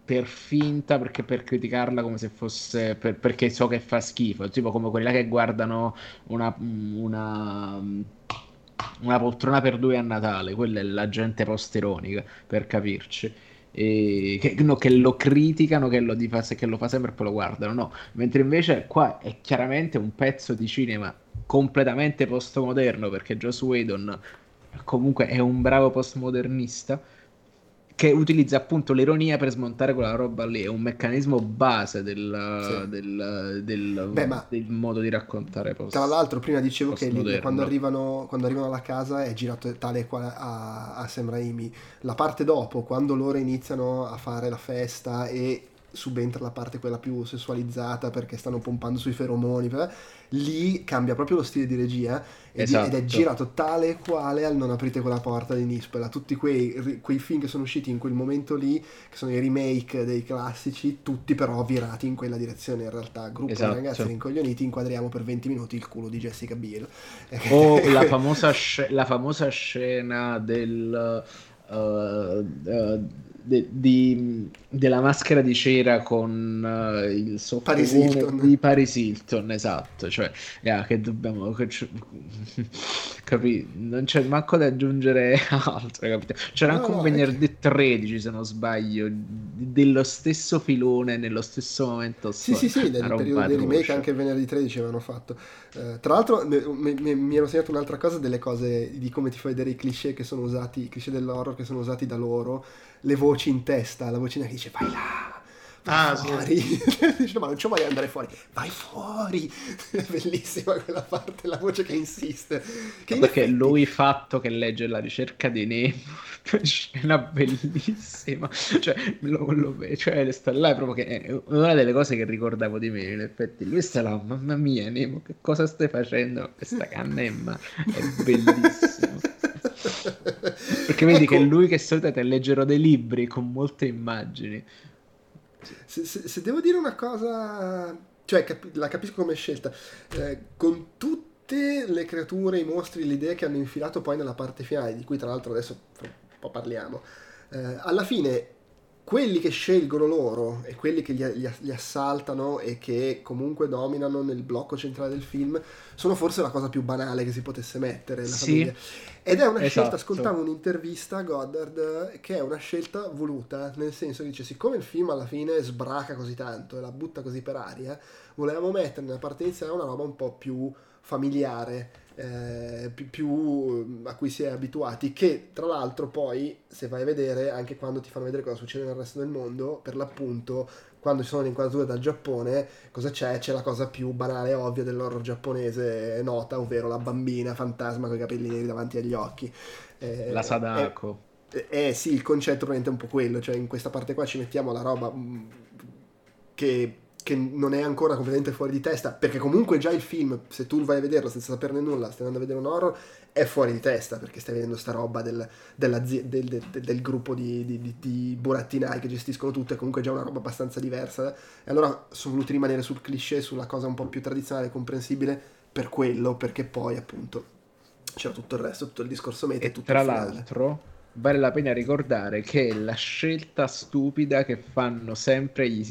per finta, perché per criticarla come se fosse per- perché so che fa schifo, tipo come quelli là che guardano una, una, una poltrona per due a Natale, quella è la gente post-ironica, per capirci. E che, no, che lo criticano, che lo, di fa, che lo fa sempre e poi lo guardano, no. Mentre invece qua è chiaramente un pezzo di cinema completamente postmoderno, perché Joss Whedon comunque è un bravo postmodernista che utilizza appunto l'ironia per smontare quella roba lì. È un meccanismo base del, Sì. del, del, Beh, ma del modo di raccontare tra post, l'altro prima dicevo che lì, quando postmoderno. arrivano, quando arrivano alla casa è girato tale e quale a, a Sam Raimi. La parte dopo, quando loro iniziano a fare la festa e subentra la parte quella più sessualizzata perché stanno pompando sui feromoni, per- lì cambia proprio lo stile di regia ed, ed è Esatto. girato tale e quale al Non aprite quella porta di Nispera. Tutti quei, quei film che sono usciti in quel momento lì, che sono i remake dei classici, tutti però virati in quella direzione. In realtà gruppo Esatto. di ragazzi rincoglioniti, inquadriamo per venti minuti il culo di Jessica Biel. O la famosa, sc- la famosa scena del, uh, uh, de- di- della maschera di cera con uh, il Paris sottovuoto Hilton. di Paris Hilton, esatto, cioè yeah, che dobbiamo che c- capì? Non c'è manco da aggiungere altro, capito? C'era No, anche un no, è che... venerdì tredici, se non sbaglio, di- dello stesso filone nello stesso momento Sì, sì, storico, sì, una nel roba periodo dei remake atroce. anche il venerdì tredici avevano fatto. Eh, tra l'altro mi, mi- mi ero segnato un'altra cosa delle cose, di come ti fai vedere i cliché che sono usati, i cliché dell'horror che sono usati da loro, le voci in testa, la vocina che dice vai là, vai Ah, sì. fuori. Dice, no, ma non c'ho voglia di andare fuori, vai fuori. È bellissima quella parte, la voce che insiste. Che in Perché effetti... lui fatto che legge La ricerca di Nemo, scena bellissima, cioè, lo, lo- cioè sta là è proprio che è una delle cose che ricordavo di me, in effetti lui sta là, mamma mia Nemo, che cosa stai facendo? Questa canna in mano, è bellissimo. Perché vedi che Ecco, lui che solitamente leggerò dei libri con molte immagini. se, se- se devo dire una cosa, cioè capi- la capisco come scelta, eh, con tutte le creature, i mostri, le idee che hanno infilato poi nella parte finale, di cui tra l'altro adesso fra un po' parliamo, eh, alla fine quelli che scelgono loro e quelli che li, li- li assaltano e che comunque dominano nel blocco centrale del film sono forse la cosa più banale che si potesse mettere, la famiglia. Sì, Ed è una scelta, esatto. ascoltavo un'intervista a Goddard che è una scelta voluta, nel senso che dice siccome il film alla fine sbraca così tanto e la butta così per aria, volevamo mettere nella parte iniziale una roba un po' più familiare, eh, più, più a cui si è abituati, che tra l'altro poi se vai a vedere anche quando ti fanno vedere cosa succede nel resto del mondo, per l'appunto quando ci sono le inquadrature dal Giappone, cosa c'è? C'è la cosa più banale e ovvia dell'horror giapponese nota, ovvero la bambina fantasma con i capelli neri davanti agli occhi. Eh, La eh, Sadako. eh, eh, sì, il concetto probabilmente è un po' quello, cioè in questa parte qua ci mettiamo la roba mh, che, che non è ancora completamente fuori di testa, perché comunque già il film, se tu vai a vederlo senza saperne nulla, stai andando a vedere un horror, è fuori di testa, perché stai vedendo sta roba del, dell'azi- del, del, del- del gruppo di, di, di, di burattinai che gestiscono tutto, è comunque già una roba abbastanza diversa, e allora sono voluti rimanere sul cliché, sulla cosa un po' più tradizionale e comprensibile, per quello, perché poi appunto c'era tutto il resto, tutto il discorso meta e E tutto il tra finale. l'altro vale la pena ricordare che è la scelta stupida che fanno sempre gli,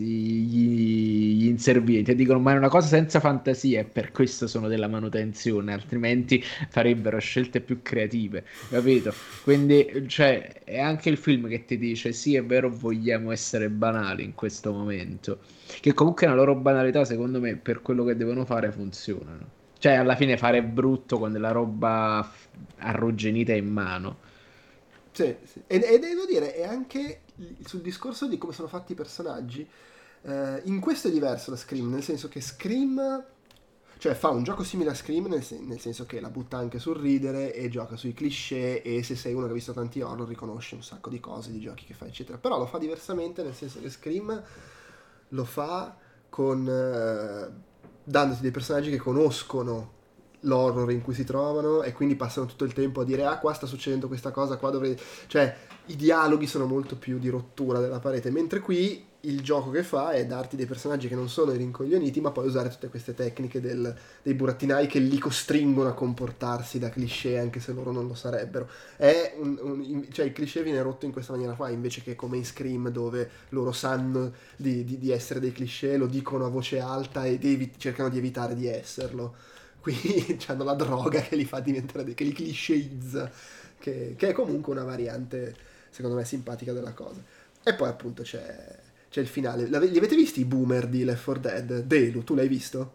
gli- gli inservienti e dicono ma è una cosa senza fantasia e per questo sono della manutenzione, altrimenti farebbero scelte più creative, capito? Quindi cioè, è anche il film che ti dice sì è vero vogliamo essere banali in questo momento, che comunque la loro banalità secondo me per quello che devono fare funzionano. Cioè, alla fine fare brutto quando è la roba f- arrugginita in mano. Sì, sì. E, e devo dire, è anche sul discorso di come sono fatti i personaggi. Eh, in questo è diverso da Scream, nel senso che Scream, cioè fa un gioco simile a Scream, nel, sen- nel senso che la butta anche sul ridere e gioca sui cliché e se sei uno che ha visto tanti horror riconosce un sacco di cose, di giochi che fa, eccetera. Però lo fa diversamente, nel senso che Scream lo fa con eh, dandoti dei personaggi che conoscono l'horror in cui si trovano e quindi passano tutto il tempo a dire ah qua sta succedendo questa cosa, qua dovrei, cioè i dialoghi sono molto più di rottura della parete, mentre qui il gioco che fa è darti dei personaggi che non sono i rincoglioniti, ma poi usare tutte queste tecniche del, dei burattinai che li costringono a comportarsi da cliché anche se loro non lo sarebbero. È un, un, cioè il cliché viene rotto in questa maniera qua, invece che come in Scream, dove loro sanno di, di, di essere dei cliché, lo dicono a voce alta e devi, cercano di evitare di esserlo. Qui hanno la droga che li fa diventare dei, che li clichéizza, che, che è comunque una variante secondo me simpatica della cosa. E poi appunto c'è c'è il finale. Li avete visti i boomer di Left four Dead? Delu, tu l'hai visto?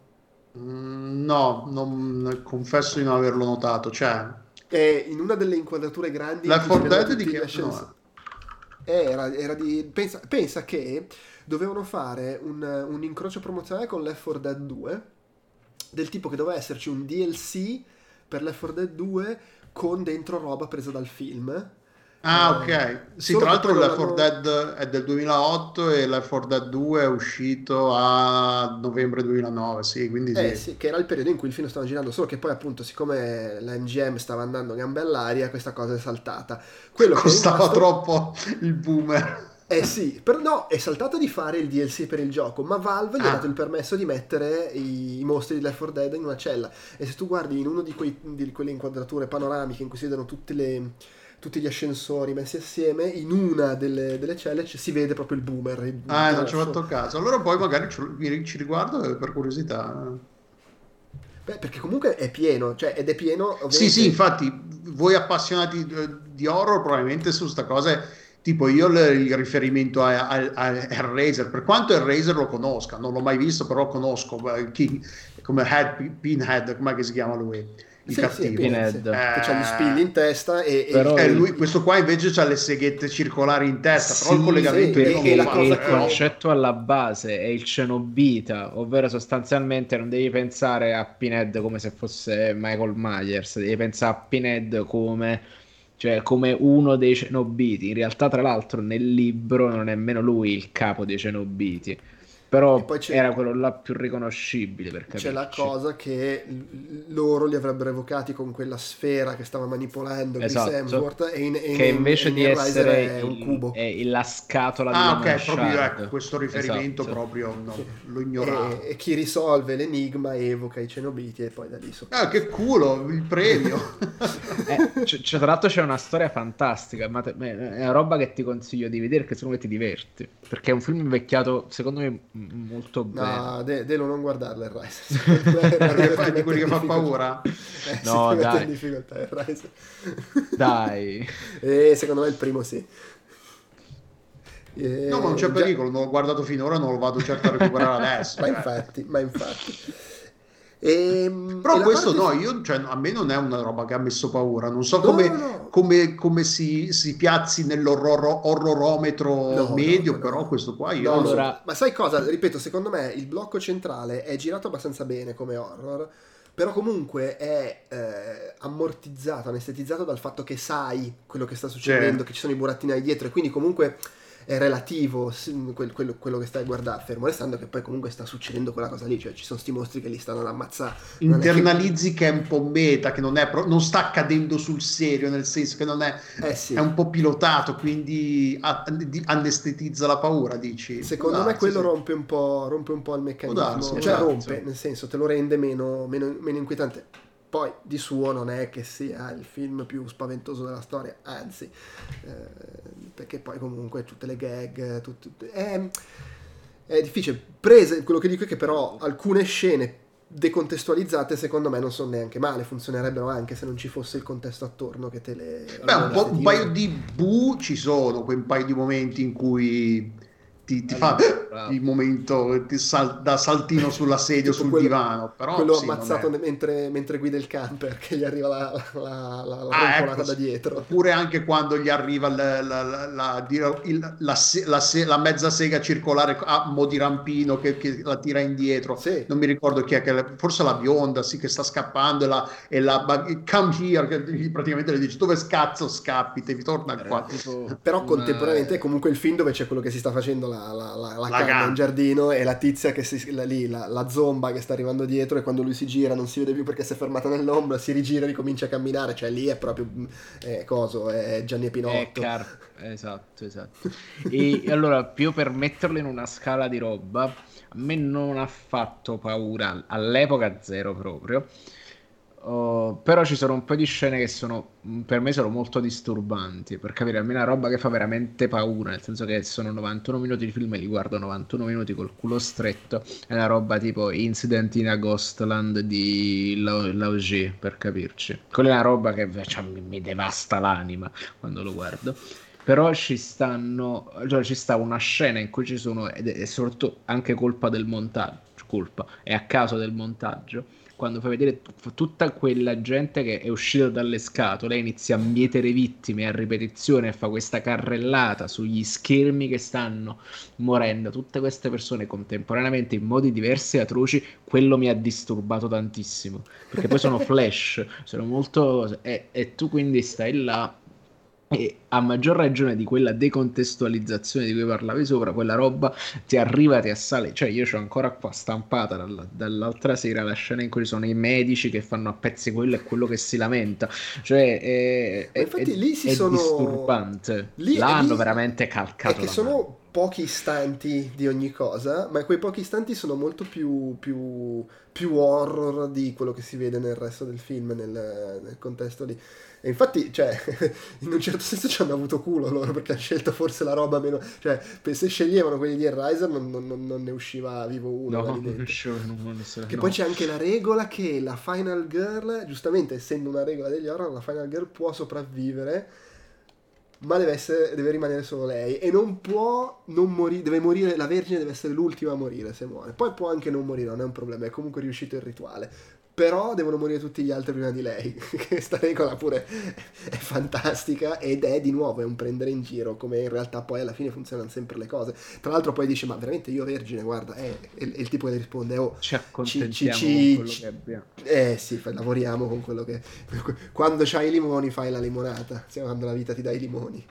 Mm, no, non, confesso di non averlo notato. Cioè, è in una delle inquadrature grandi Left four Dead di che no. era, era di pensa, pensa che dovevano fare un, un incrocio promozionale con Left four Dead due, del tipo che doveva esserci un D L C per Left four Dead due con dentro roba presa dal film. Ah, ok. Sì, tra l'altro Left four Dead è del duemilaotto e Left four Dead due è uscito a novembre duemilanove, sì, quindi sì. Eh sì, che era il periodo in cui il film stava girando, solo che poi appunto siccome la M G M stava andando gambe all'aria, questa cosa è saltata. Quello costava che rimasto... troppo il boomer. Eh sì, però no, è saltato di fare il D L C per il gioco, ma Valve gli ha ah. dato il permesso di mettere i, i mostri di Left four Dead in una cella. E se tu guardi in uno di, quei, di quelle inquadrature panoramiche in cui si vedono tutte le... tutti gli ascensori messi assieme, in una delle, delle celle si vede proprio il boomer. Il ah, non ci ho fatto caso. Allora poi magari ci, ci riguardo per curiosità. Beh, perché comunque è pieno, cioè, ed è pieno... Ovviamente... Sì, sì, infatti, voi appassionati di horror probabilmente su sta cosa... Tipo io il riferimento a, a, a Hellraiser, per quanto Hellraiser lo conosca, non l'ho mai visto, però conosco chi, come Head, Pinhead, com'è si chiama lui? Il sì, cattivo. Sì, Pinhead, eh, che c'ha gli spilli in testa e, però e lui, questo qua invece c'ha le seghette circolari in testa, sì, però il collegamento sì, è perché non il fa, concetto eh, alla base è il cenobita, ovvero sostanzialmente non devi pensare a Pinhead come se fosse Michael Myers, devi pensare a Pinhead come cioè come uno dei cenobiti. In realtà tra l'altro nel libro non è nemmeno lui il capo dei cenobiti, però era quello là più riconoscibile, per capirci. C'è la cosa che loro li avrebbero evocati con quella sfera che stava manipolando esatto. Chris Hemsworth e in, in, che invece in, di in essere è un il, cubo, è la scatola ah della ok, proprio ecco, questo riferimento esatto. proprio no, lo ignoravo. E, e chi risolve l'enigma evoca i cenobiti e poi da lì sopra. Ah, che culo, il premio. eh, c- c- tra l'altro c'è una storia fantastica, ma te- è una roba che ti consiglio di vedere, che secondo me ti diverti, perché è un film invecchiato secondo me molto bene. No, De- Delo non guardarlo il Riser. È di quelli che fa paura? Eh, no, si dai. in difficoltà il Riser. Dai. E secondo me il primo sì. E... No, ma non c'è pericolo, non l'ho guardato finora, non lo vado certo a recuperare adesso. ma infatti, ma infatti. E, però e questo parte... no, io, cioè, a me non è una roba che ha messo paura, non so no, come, no. come, come si, si piazzi nell'orrorometro no, medio, no, però no. questo qua io... No, allora... so. Ma sai cosa? Ripeto, secondo me il blocco centrale è girato abbastanza bene come horror, però comunque è eh, ammortizzato, anestetizzato dal fatto che sai quello che sta succedendo, sì. che ci sono i burattinai dietro e quindi comunque... è relativo quello, quello, quello che stai guardando, fermo restando che poi comunque sta succedendo quella cosa lì, cioè ci sono sti mostri che li stanno ad ammazzare. Internalizzi che... che è un po' meta, che non, è pro... non sta accadendo sul serio, nel senso che non è, eh sì. è un po' pilotato, quindi a... anestetizza la paura, dici? Secondo darsi, me quello sì. rompe un po', rompe un po' il meccanismo, darsi, cioè darsi. rompe, nel senso te lo rende meno, meno, meno inquietante. Poi di suo non è che sia il film più spaventoso della storia, anzi, eh, perché poi comunque tutte le gag, tutto, è, è difficile. Prese, quello che dico è che però alcune scene decontestualizzate secondo me non sono neanche male, funzionerebbero anche se non ci fosse il contesto attorno che te le... Beh, un, po', un paio di bu ci sono, quei paio di momenti in cui... ti, ti allora, fa bravo. Il momento ti sal, da saltino sulla sedia o sul quello, divano, però quello sì, ammazzato mentre, mentre guida il camper che gli arriva la, la, la, la ah, roncolata ecco, da dietro, oppure anche quando gli arriva la, la, la, la, il, la, la, la mezza sega circolare a mo' di rampino che, che la tira indietro, sì. Non mi ricordo chi è, che forse la bionda sì, che sta scappando e la, e la come here, che praticamente le dice dove scazzo scappi, devi tornare qua, tipo però una... contemporaneamente è comunque il film dove c'è quello che si sta facendo la la, la, la, la La canna canna. in giardino e la tizia che si, la, lì, la, la zomba che sta arrivando dietro, e quando lui si gira non si vede più perché si è fermata nell'ombra, si rigira e ricomincia a camminare, cioè lì è proprio è coso, è Gianni e Pinotto. È car- esatto, esatto. E allora, più per metterlo in una scala di roba, a me non ha fatto paura, all'epoca zero proprio. Oh, però ci sono un po' di scene che sono, per me sono molto disturbanti, per capire, a me una roba che fa veramente paura, nel senso che sono novantuno minuti di film e li guardo novantuno minuti col culo stretto, è una roba tipo Incident in a Ghostland di Lau- Laugier, per capirci. Quella è una roba che cioè, mi, mi devasta l'anima quando lo guardo. Però ci stanno, cioè ci sta una scena in cui ci sono, ed è soprattutto anche colpa del montaggio, colpa, è a caso del montaggio, quando fai vedere t- tutta quella gente che è uscita dalle scatole, inizia a mietere vittime a ripetizione e fa questa carrellata sugli schermi che stanno morendo, tutte queste persone contemporaneamente in modi diversi e atroci, quello mi ha disturbato tantissimo, perché poi sono flash, sono molto... e, e tu quindi stai là e a maggior ragione di quella decontestualizzazione di cui parlavi sopra, quella roba ti arriva, ti assale. Cioè, io c'ho ancora qua stampata dalla- dall'altra sera la scena in cui ci sono i medici che fanno a pezzi quello e quello che si lamenta. Cioè, è, Ma è- infatti è- lì si è sono disturbante. lì, Là hanno lì veramente è calcato che la mano. sono pochi istanti di ogni cosa, ma quei pochi istanti sono molto più, più, più horror di quello che si vede nel resto del film, nel, nel contesto lì. E infatti, cioè, in un certo senso ci hanno avuto culo loro, perché hanno scelto forse la roba meno... Cioè, se sceglievano quelli di Hellraiser non, non- non- non ne usciva vivo uno No, da lì non dentro. so, non- non so, Che no. poi c'è anche la regola che la Final Girl, giustamente essendo una regola degli horror, la Final Girl può sopravvivere, ma deve, essere, deve rimanere solo lei. E non può non morire, deve morire, la Vergine deve essere l'ultima a morire se muore. Poi può anche non morire, non è un problema, è comunque riuscito il rituale. Però devono morire tutti gli altri prima di lei. Questa regola pure è fantastica ed è di nuovo è un prendere in giro, come in realtà poi alla fine funzionano sempre le cose. Tra l'altro poi dice, ma veramente io vergine, guarda, eh, e, e il tipo che le risponde, oh, Ci accontentiamo ci- con quello ci- che abbiamo. eh sì, fa- lavoriamo con quello che... Quando c'hai i limoni fai la limonata, cioè, quando la vita ti dà i limoni.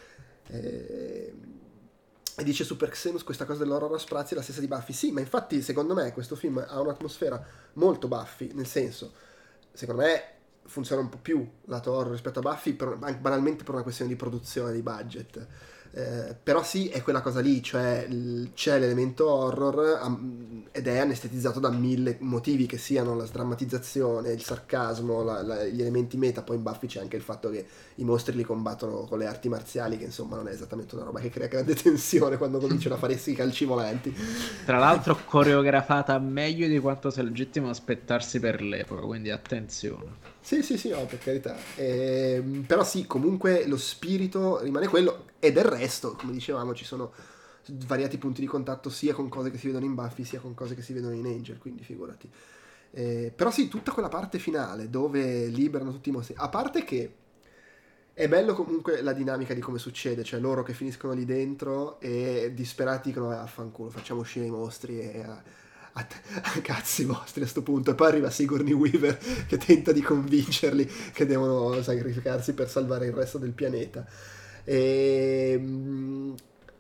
Eh, E dice Super Xenus, questa cosa dell'horror a sprazzi è la stessa di Buffy. Sì, ma infatti secondo me questo film ha un'atmosfera molto Buffy, nel senso, secondo me funziona un po' più lato horror rispetto a Buffy, per, anche banalmente per una questione di produzione, di budget. Eh, però sì, è quella cosa lì, cioè l- c'è l'elemento horror am- ed è anestetizzato da mille motivi, che siano la sdrammatizzazione, il sarcasmo, la- la- gli elementi meta. Poi in Buffy c'è anche il fatto che i mostri li combattono con le arti marziali, che insomma non è esattamente una roba che crea grande tensione quando cominciano a fare i calci volanti. Tra l'altro coreografata meglio di quanto sia legittimo aspettarsi per l'epoca, quindi attenzione. Sì, sì, sì, no, per carità. Ehm, però sì, comunque lo spirito rimane quello, e del resto, come dicevamo, ci sono svariati punti di contatto sia con cose che si vedono in Buffy sia con cose che si vedono in Angel, quindi figurati. Eh, però sì, tutta quella parte finale dove liberano tutti i mostri, a parte che è bello comunque la dinamica di come succede, cioè loro che finiscono lì dentro e disperati dicono, "Ah, affanculo, facciamo uscire i mostri e a, a, a cazzi vostri a sto punto", e poi arriva Sigourney Weaver che tenta di convincerli che devono sacrificarsi per salvare il resto del pianeta. E mm,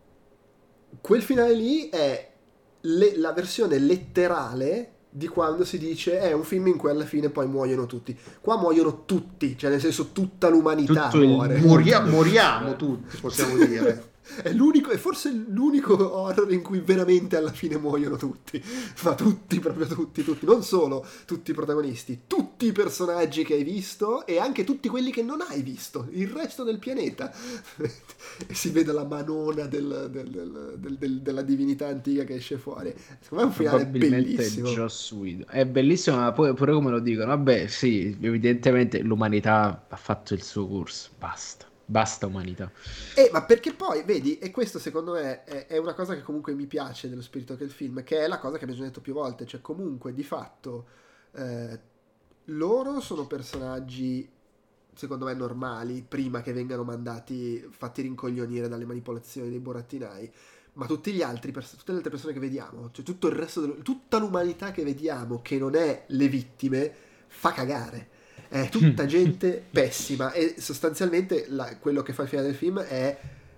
quel finale lì è le- la versione letterale di quando si dice è un film in cui alla fine poi muoiono tutti. Qua muoiono tutti, cioè nel senso tutta l'umanità Tutto il muore. Moria- moriamo tutti, possiamo dire. È l'unico, è forse l'unico horror in cui veramente alla fine muoiono tutti, ma tutti, proprio tutti, tutti, non solo tutti i protagonisti, tutti i personaggi che hai visto e anche tutti quelli che non hai visto, il resto del pianeta. E si vede la manona del, del, del, del, del, della divinità antica che esce fuori. Secondo me è un finale Probabilmente bellissimo. Joss Whedon. È bellissimo, ma poi pure come lo dicono, vabbè, sì, evidentemente l'umanità ha fatto il suo corso, basta, basta umanità. Eh, ma perché poi, vedi, e questo secondo me è, è una cosa che comunque mi piace dello spirito del film, che è la cosa che abbiamo già detto più volte, cioè comunque di fatto eh, loro sono personaggi secondo me normali prima che vengano mandati, fatti rincoglionire dalle manipolazioni dei burattinai, ma tutti gli altri, pers- tutte le altre persone che vediamo, cioè tutto il resto del- tutta l'umanità che vediamo che non è le vittime, fa cagare. È tutta gente pessima e sostanzialmente la- quello che fa il finale del film è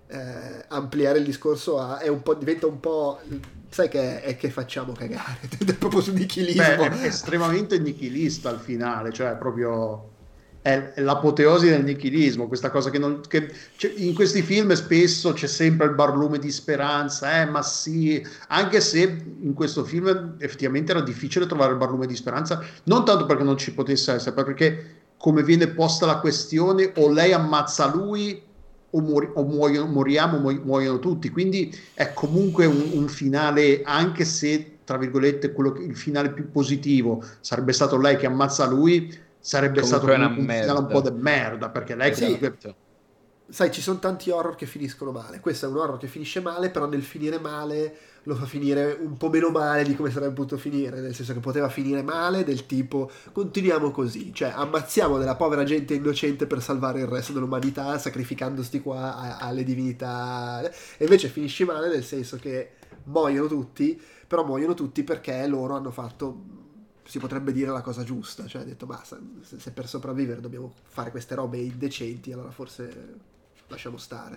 eh, ampliare il discorso a è un po', diventa un po', sai che è che facciamo cagare proprio su nichilismo. Beh, è estremamente nichilista al finale, cioè proprio è l'apoteosi del nichilismo, questa cosa che, non, che in questi film spesso c'è sempre il barlume di speranza, eh, ma sì, anche se in questo film effettivamente era difficile trovare il barlume di speranza, non tanto perché non ci potesse essere, ma perché come viene posta la questione, o lei ammazza lui o, muori, o muoiono, moriamo, mu- muoiono tutti, quindi è comunque un, un finale, anche se tra virgolette quello che, il finale più positivo sarebbe stato lei che ammazza lui, sarebbe comunque stato una un merda. finale un po' de merda, perché lei Sì. comunque... Sai, ci sono tanti horror che finiscono male. Questo è un horror che finisce male, però nel finire male lo fa finire un po' meno male di come sarebbe potuto finire, nel senso che poteva finire male, del tipo continuiamo così, cioè ammazziamo della povera gente innocente per salvare il resto dell'umanità, sacrificando sti qua a- alle divinità, e invece finisce male nel senso che muoiono tutti, però muoiono tutti perché loro hanno fatto, si potrebbe dire, la cosa giusta, cioè ha detto basta, se per sopravvivere dobbiamo fare queste robe indecenti, allora forse lasciamo stare.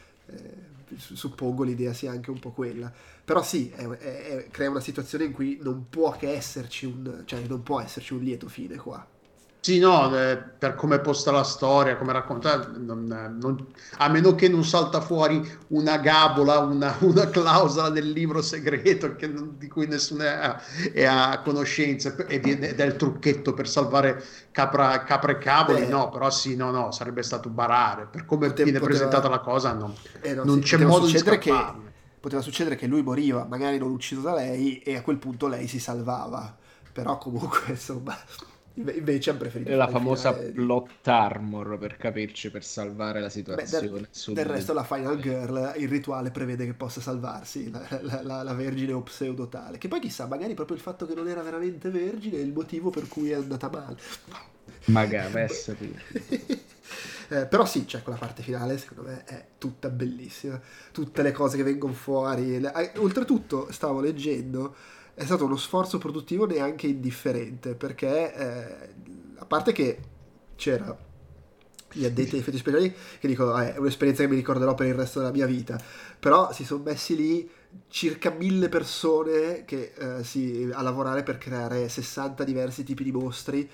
Eh, suppongo l'idea sia anche un po' quella, però sì, è, è, è, crea una situazione in cui non può che esserci un, cioè non può esserci un lieto fine qua. Sì, no, eh, per come è posta la storia, come raccontata, non, non, a meno che non salta fuori una gabola, una, una clausola del libro segreto che non, di cui nessuno è, è a conoscenza, ed è il trucchetto per salvare capra, capra e cavoli. Beh, no, però sì, no, no, sarebbe stato barare, per come poteva, viene presentata la cosa, no, eh no, non sì, c'è modo di scapparne. Che, poteva succedere che lui moriva, magari non ucciso da lei, e a quel punto lei si salvava, però comunque insomma... Invece hanno preferito la famosa finale... plot armor, per capirci, per salvare la situazione. Beh, del, del resto la Final Girl, il rituale prevede che possa salvarsi la, la, la, la vergine o pseudo tale, che poi chissà, magari proprio il fatto che non era veramente vergine è il motivo per cui è andata male. Magari adesso eh, però sì, cioè quella parte finale secondo me è tutta bellissima, tutte le cose che vengono fuori, le... oltretutto stavo leggendo, è stato uno sforzo produttivo neanche indifferente, perché eh, a parte che c'era gli addetti ai effetti speciali che dicono ah, è un'esperienza che mi ricorderò per il resto della mia vita, però si sono messi lì circa mille persone che, eh, si, a lavorare per creare sessanta diversi tipi di mostri,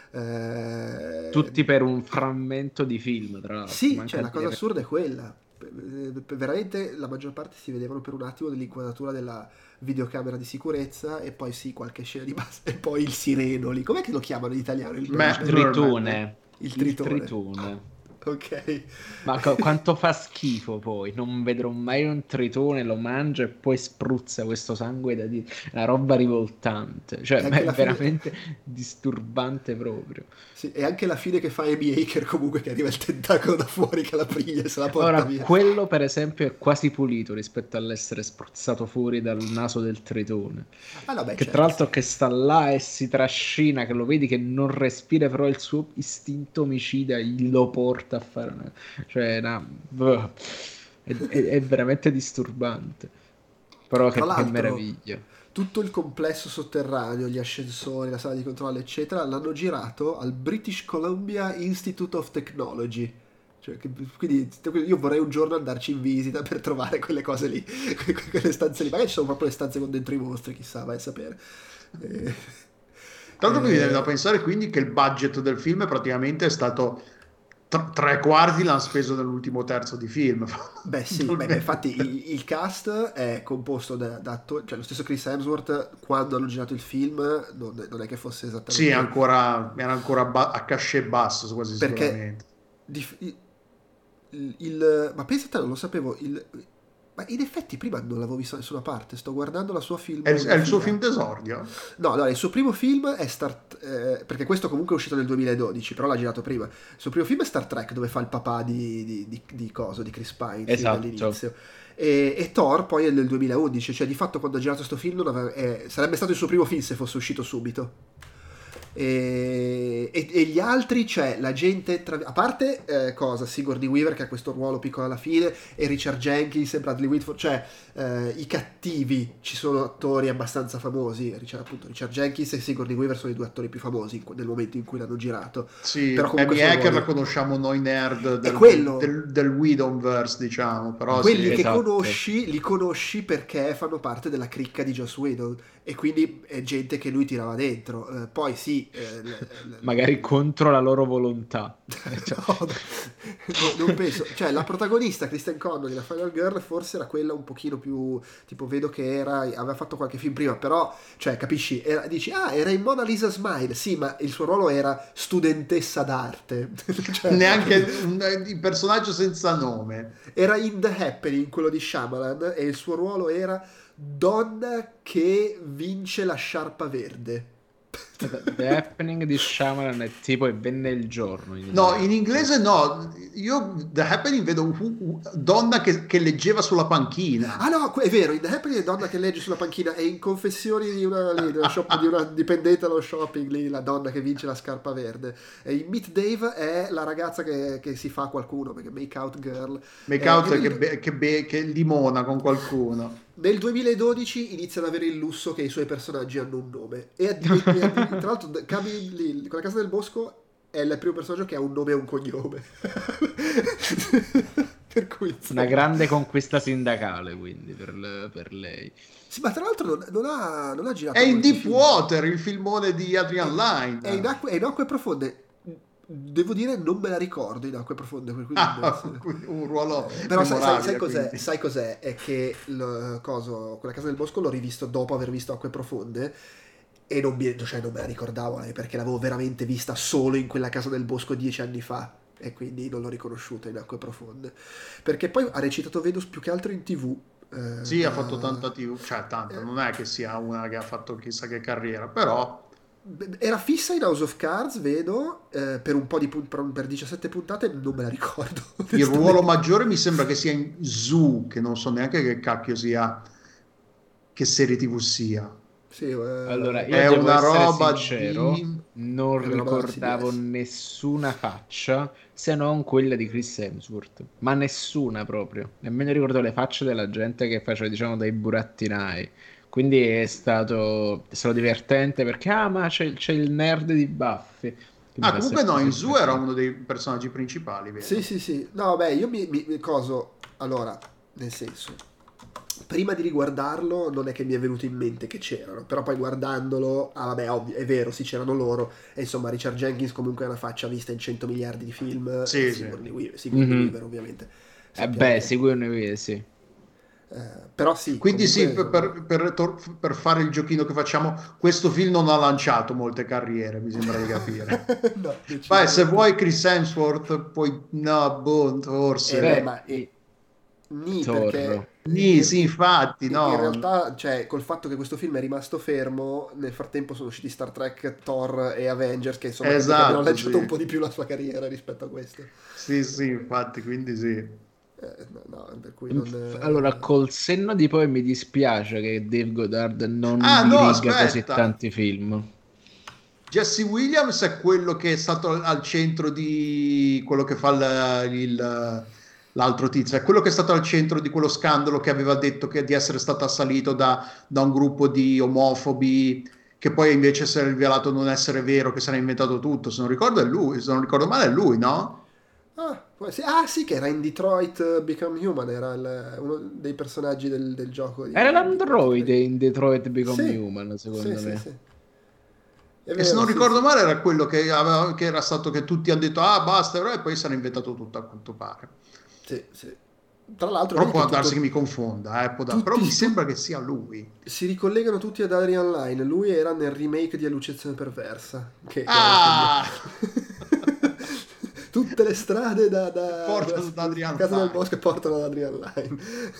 eh, tutti per un frammento di film, tra l'altro. Sì, cioè la cosa assurda è quella, veramente la maggior parte si vedevano per un attimo dell'inquadratura della videocamera di sicurezza, e poi sì, qualche scena di base, e poi il sireno lì, com'è che lo chiamano in italiano? Il, il tritone. Il tritone. Il tritone. Ok. Ma qu- quanto fa schifo poi, non vedrò mai un tritone, lo mangio e poi spruzza questo sangue da dire, una roba rivoltante, cioè è fine... veramente disturbante proprio. Sì, e anche la fine che fa Amy Aker comunque, che arriva il tentacolo da fuori che la priglia e se la porta Ora, via. Quello per esempio è quasi pulito rispetto all'essere spruzzato fuori dal naso del tritone, ah, no, beh, che certo, tra l'altro sì. che sta là e si trascina, che lo vedi che non respira, però il suo istinto omicida lo porta a fare una... cioè una... è, è, è veramente disturbante, però che, che meraviglia. Tutto il complesso sotterraneo, gli ascensori, la sala di controllo eccetera, l'hanno girato al British Columbia Institute of Technology, cioè, che, quindi io vorrei un giorno andarci in visita per trovare quelle cose lì, quelle stanze lì, magari ci sono proprio le stanze con dentro i mostri, chissà, vai a sapere. eh, Tra l'altro eh, mi viene da pensare quindi che il budget del film praticamente è stato t- tre quarti l'hanno speso nell'ultimo terzo di film. Beh sì, beh, beh, infatti il, il cast è composto da, da attori, cioè lo stesso Chris Hemsworth quando hanno girato il film non, non è che fosse esattamente... Sì, ancora, era ancora ba- a cachet basso quasi perché sicuramente. Di, il, il, ma pensa te, non lo sapevo, il, ma in effetti prima non l'avevo visto da nessuna parte, sto guardando la sua film. È il, è il suo film d'esordio? No, no, il suo primo film è Star eh, perché questo comunque è uscito nel duemiladodici, però l'ha girato prima. Il suo primo film è Star Trek, dove fa il papà di, di, di, di coso, di Chris Pine, esatto, all'inizio. E, e Thor poi è nel duemilaundici, cioè di fatto quando ha girato questo film non aveva, eh, sarebbe stato il suo primo film se fosse uscito subito. E, e, e gli altri, cioè la gente tra, a parte eh, cosa Sigourney Weaver che ha questo ruolo piccolo alla fine, e Richard Jenkins e Bradley Whitford, cioè eh, i cattivi, ci sono attori abbastanza famosi. Richard, appunto Richard Jenkins e Sigourney Weaver sono i due attori più famosi in, nel momento in cui l'hanno girato. Sì, però comunque Amy Hacker ruoli... la conosciamo noi nerd del, quello... del, del Whedonverse, diciamo, però quelli sì, che esatto. conosci li conosci perché fanno parte della cricca di Joss Whedon, e quindi è gente che lui tirava dentro. Eh, poi sì, eh, l- l- magari contro la loro volontà. Cioè... no, no, non penso. Cioè la protagonista Kristen Connolly, la Final Girl, forse era quella un pochino più tipo, vedo che era, aveva fatto qualche film prima, però cioè capisci, era, dici ah era in Mona Lisa Smile, sì, ma il suo ruolo era studentessa d'arte. Cioè, neanche un, il personaggio senza nome. era in The Happening, quello di Shyamalan, e il suo ruolo era donna che vince la sciarpa verde. The Happening di Shyamalan è tipo E venne il giorno in no, in inglese no, io The Happening vedo un, un, donna che, che leggeva sulla panchina. Ah no, è vero, in The Happening è donna che legge sulla panchina, e in Confessioni di una, lì, di una, shop, di una dipendente allo shopping lì, la donna che vince la scarpa verde, e in Meet Dave è la ragazza che, che si fa a qualcuno, perché make out girl, make out eh, che, be, che, be, che limona con qualcuno. Nel duemiladodici inizia ad avere il lusso che i suoi personaggi hanno un nome, e, e, e tra l'altro Cabin lì, con la Casa del Bosco è il primo personaggio che ha un nome e un cognome. Per cui, una grande conquista sindacale, quindi per, le, per lei. sì, ma tra l'altro non, non, ha, non ha girato è in Deepwater, il filmone di Adrian Lyne, è in acque, è in acque profonde. Devo dire, non me la ricordo in Acque Profonde, per cui ah, un ruolo eh, però sai, sai, sai, cos'è, quindi. sai cos'è? È che il coso, quella Casa del Bosco l'ho rivisto dopo aver visto Acque Profonde, e non, mi, cioè, non me la ricordavo, eh, perché l'avevo veramente vista solo in quella Casa del Bosco dieci anni fa, e quindi non l'ho riconosciuta in Acque Profonde, perché poi ha recitato Venus più che altro in tv. Eh, sì, da... ha fatto tanta tivù, cioè tanto, non è che sia una che ha fatto chissà che carriera, però era fissa in House of Cards, vedo, eh, per un po' di punt- per diciassette puntate, non me la ricordo. Il ruolo maggiore mi sembra che sia in Zoo, che non so neanche che cacchio sia, che serie tivù sia. Sì, eh, allora, io è devo una essere roba sincero, di... non è una roba ricordavo C B S. nessuna faccia se non quella di Chris Hemsworth, ma nessuna proprio. Nemmeno ricordo le facce della gente che faceva, diciamo, dai burattinai. Quindi è stato, è stato divertente perché, ah, ma c'è, c'è il nerd di Buffy. Ah, comunque no, in Zoo era uno dei personaggi principali, vero? Sì, sì, sì. No, beh, io mi, mi coso, allora, nel senso, prima di riguardarlo non è che mi è venuto in mente che c'erano, però poi guardandolo, ah vabbè, ovvio, è vero, sì, c'erano loro, e insomma Richard Jenkins comunque è una faccia vista in cento miliardi di film, sì, Sigourney sì. Weaver, Sigourney Mm-hmm. Weaver ovviamente. Eh beh, Sigourney Weaver, sì. Eh, però sì, quindi sì, comunque... per, per, per, per fare il giochino che facciamo, questo film non ha lanciato molte carriere, mi sembra di capire. no, Beh, se vuoi Chris Hemsworth, poi no, boh, forse. Eh, Beh, beh, ma i- Nì, Thor. perché Nì, sì, infatti, no. in realtà, cioè, col fatto che questo film è rimasto fermo, nel frattempo sono usciti Star Trek, Thor e Avengers, che insomma Esatto, che abbiano lanciato sì. un po' di più la sua carriera rispetto a questo. Sì, sì, infatti, quindi sì. Eh, no, no, per cui non... Allora, col senno di poi mi dispiace che Dave Goddard non Ah, no, diriga così aspetta. tanti film. Jesse Williams è quello che è stato al centro di quello che fa il, il, l'altro tizio, è quello che è stato al centro di quello scandalo che aveva detto che di essere stato assalito da, da un gruppo di omofobi, che poi invece si è rivelato non essere vero, che si era inventato tutto. Se non ricordo è lui, se non ricordo male è lui, no? Ah, può essere- ah, sì, che era in Detroit uh, Become Human, era il- uno dei personaggi del, del gioco. Di, Era di- l'androide in Detroit Become Sì, Human, secondo sì, me. sì, sì. È E vero, se non sì, ricordo sì. male era quello che, aveva, che era stato che tutti hanno detto ah basta, e poi si era inventato tutto a quanto pare. Sì, sì. Tra l'altro, Però vedi può che darsi tutto- che mi confonda, eh, può dar- tutti però mi stu- sembra che sia lui. si ricollegano tutti ad Adrian Lyne. Lui era nel remake di Allucezione Perversa. Che, che Ah! tutte le strade da, da, Portano da- da Adrian Casa del Lyne. Bosco portano ad Adrian Lyne.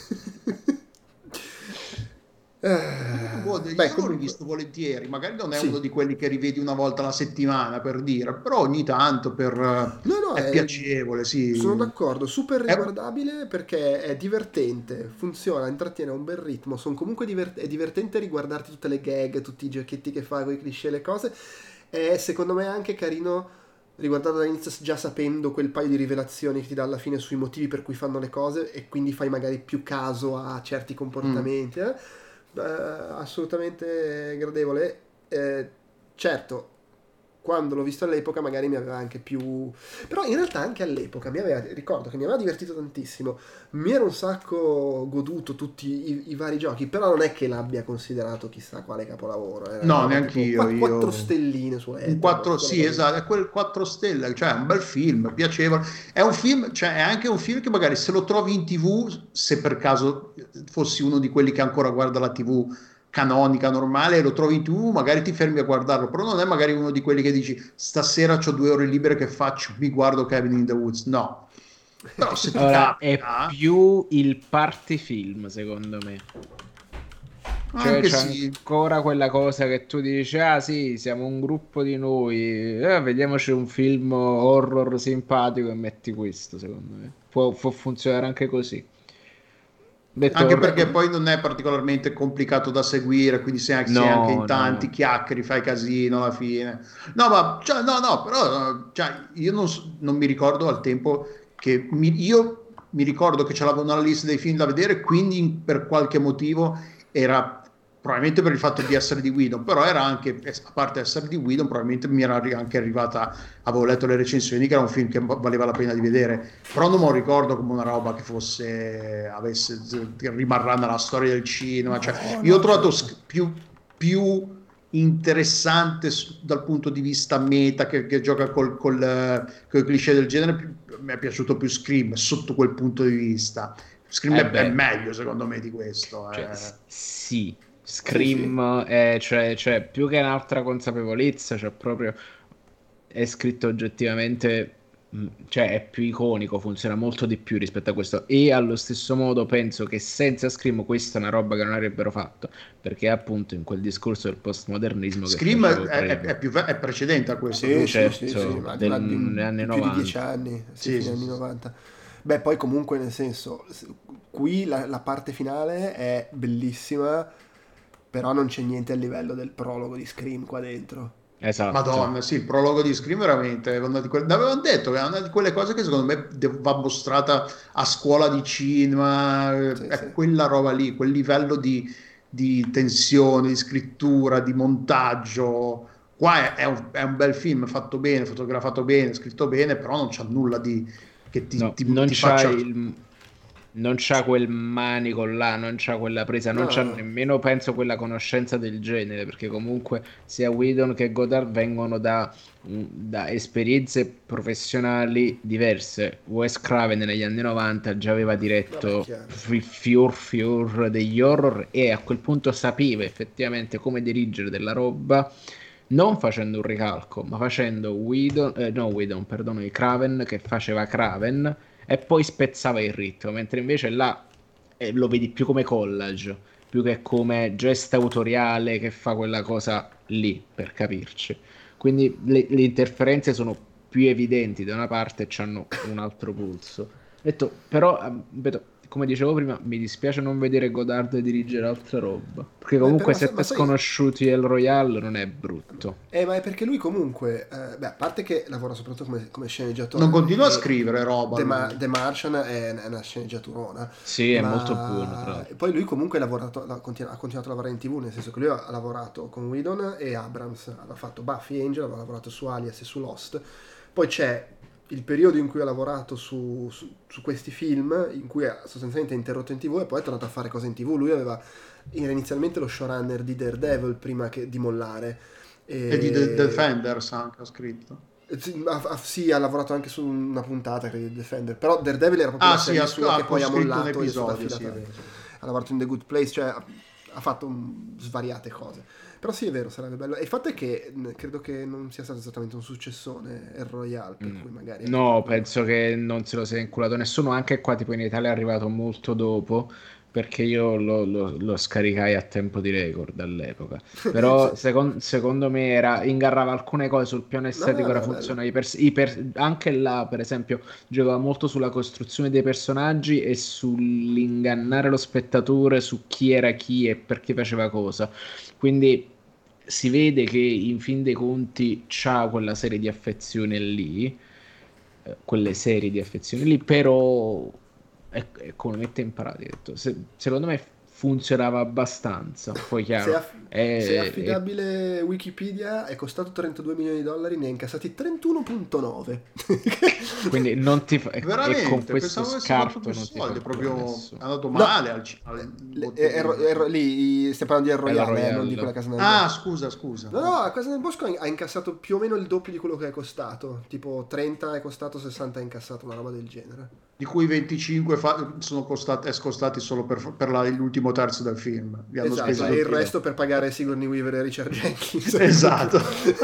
Eh, Boh, io beh, l'ho comunque- rivisto volentieri, magari non è Sì. uno di quelli che rivedi una volta alla settimana per dire, però ogni tanto per, No, no, è, è- piacevole, sì. Sono d'accordo, super È- riguardabile perché è divertente, funziona, intrattiene a un bel ritmo. Sono comunque divert- è divertente riguardarti tutte le gag, tutti i giochetti che fa, quei cliché, le cose. È è secondo me anche carino riguardato dall'inizio, già sapendo quel paio di rivelazioni che ti dà alla fine sui motivi per cui fanno le cose, e quindi fai magari più caso a certi comportamenti. Mm. eh? Eh, assolutamente gradevole. Eh, certo, quando l'ho visto all'epoca magari mi aveva anche più, però in realtà anche all'epoca mi aveva, ricordo che mi aveva divertito tantissimo, mi ero un sacco goduto tutti i, i vari giochi, però non è che l'abbia considerato chissà quale capolavoro. Era no, neanche io. Quattro, io quattro stelline su Ether, un quattro, sì, esatto, è quel quattro stelle, cioè è un bel film, piacevole. È un film, cioè è anche un film che magari se lo trovi in tivù, se per caso fossi uno di quelli che ancora guarda la tivù canonica, normale, lo trovi in tivù, magari ti fermi a guardarlo, però non è magari uno di quelli che dici stasera c'ho due ore libere, che faccio? Mi guardo Cabin in the Woods. No. Però se ti allora, capita... è più il party film, secondo me. Cioè anche c'è sì. ancora quella cosa che tu dici, ah sì, siamo un gruppo di noi, eh, vediamoci un film horror simpatico e metti questo, secondo me. Può, può funzionare anche così. Detto, anche perché poi non è particolarmente complicato da seguire, quindi sei anche, no, sei anche in tanti, no. chiacchieri, fai casino alla fine. No, ma cioè, no, no, però cioè, io non, non mi ricordo al tempo che mi, io mi ricordo che ce l'avevo nella lista dei film da vedere, quindi per qualche motivo era probabilmente per il fatto di essere di Whedon, però era anche, a parte essere di Whedon, probabilmente mi era anche arrivata, avevo letto le recensioni che era un film che valeva la pena di vedere, però non me lo ricordo come una roba che fosse, avesse, rimarrà nella storia del cinema, cioè no, io no, ho trovato certo. più, più interessante dal punto di vista meta, che, che gioca col, col, col cliché del genere, più, mi è piaciuto più Scream sotto quel punto di vista. Scream eh è, è meglio secondo me di questo. Cioè, eh. Sì, Scream sì, sì. È, cioè, cioè, più che un'altra consapevolezza, cioè proprio è scritto oggettivamente, cioè è più iconico, funziona molto di più rispetto a questo, e allo stesso modo penso che senza Scream questa è una roba che non avrebbero fatto, perché è appunto in quel discorso del postmodernismo Scream che è, è, è, più, è precedente a questo, sì, certo, sì, sì, sì, ma degli anni più novanta. Di dieci anni, sì, sì, sì, anni novanta. Beh, poi comunque nel senso, qui la, la parte finale è bellissima, però non c'è niente a livello del prologo di Scream qua dentro. Esatto. Madonna, sì, il prologo di Scream veramente è una di quelle, avevano detto che è una di quelle cose che secondo me va mostrata a scuola di cinema, sì, è sì. quella roba lì, quel livello di, di tensione, di scrittura, di montaggio. Qua è, è, un, è un bel film, fatto bene, fotografato bene, scritto bene, però non c'ha nulla di che ti, no, ti, non ti c'ha faccia... il... non c'ha quel manico là, non c'ha quella presa, non no. c'ha nemmeno, penso, quella conoscenza del genere, perché comunque sia Whedon che Goddard vengono da, da esperienze professionali diverse. Wes Craven negli anni novanta già aveva diretto fior fior degli horror e a quel punto sapeva effettivamente come dirigere della roba, non facendo un ricalco, ma facendo Whedon, eh, no Whedon, perdono, i Craven che faceva Craven, e poi spezzava il ritmo, mentre invece là eh, lo vedi più come collage, più che come gesta autoriale che fa quella cosa lì, per capirci. Quindi le, le interferenze sono più evidenti da una parte e hanno un altro pulso. Detto, però, vedo, come dicevo prima, mi dispiace non vedere Godard dirigere altra roba, perché comunque Beh, Sette Sconosciuti e il Royale non è brutto. Eh, ma è perché lui comunque, eh, beh, a parte che lavora soprattutto come, come sceneggiatore, non continua a scrivere roba. The, Ma- The Martian è, è una sceneggiaturona. Sì, è ma... molto buono, tra l'altro. Poi lui comunque ha, lavorato, ha continuato a lavorare in tivù, nel senso che lui ha lavorato con Whedon e Abrams, ha fatto Buffy Angel, aveva lavorato su Alias e su Lost. Poi c'è il periodo in cui ha lavorato su, su, su questi film, in cui ha sostanzialmente interrotto in tivù e poi è tornato a fare cose in tivù. Lui aveva era inizialmente lo showrunner di Daredevil prima che, di mollare. E, e di The Defenders anche ha scritto. Sì, ha, sì, ha lavorato anche su una puntata credo, di Defender, però Daredevil era proprio ah, una serie sì, sua ha, che poi ha mollato episodio, sì, ha lavorato in The Good Place, cioè ha, ha fatto un, svariate cose. Però sì, è vero, sarebbe bello. E il fatto è che credo che non sia stato esattamente un successone il Royale, per mm. cui magari... No, penso che non se lo sia inculato nessuno, anche qua tipo in Italia è arrivato molto dopo, perché io lo, lo, lo scaricai a tempo di record all'epoca. Però sì. secon, secondo me era, ingarrava alcune cose sul piano estetico, no, no, era funzionale. I per, anche là, per esempio, giocava molto sulla costruzione dei personaggi e sull'ingannare lo spettatore su chi era chi e perché faceva cosa. Quindi si vede che in fin dei conti c'ha quella serie di affezione lì, eh, quelle serie di affezione lì, però è, è come mette in pratica. Se, secondo me funzionava abbastanza. Poi Se, chiaro, aff- è, se è è- affidabile Wikipedia, è costato trentadue milioni di dollari, ne ha incassati trentuno virgola nove. quindi non ti fa, e con Veramente, questo pensavo avesse fatto scarto più non ti fa soldi, è più proprio adesso. è andato No, male al, ci- al le- botteghino. ero, ero lì, stiamo parlando di El È la Royale, eh, non di Royale. quella Casa nel Ah, Bosco. scusa, scusa. No, no, la Casa nel Bosco ha ha incassato più o meno il doppio di quello che è costato. Tipo trenta è costato, sessanta è incassato, una roba del genere. Di cui venticinque fa- sono costati, è costati solo per, per la- l'ultimo terzo del film. Vi hanno Esatto, speso e il tutti- resto per pagare Sigourney Weaver e Richard Jenkins. Esatto.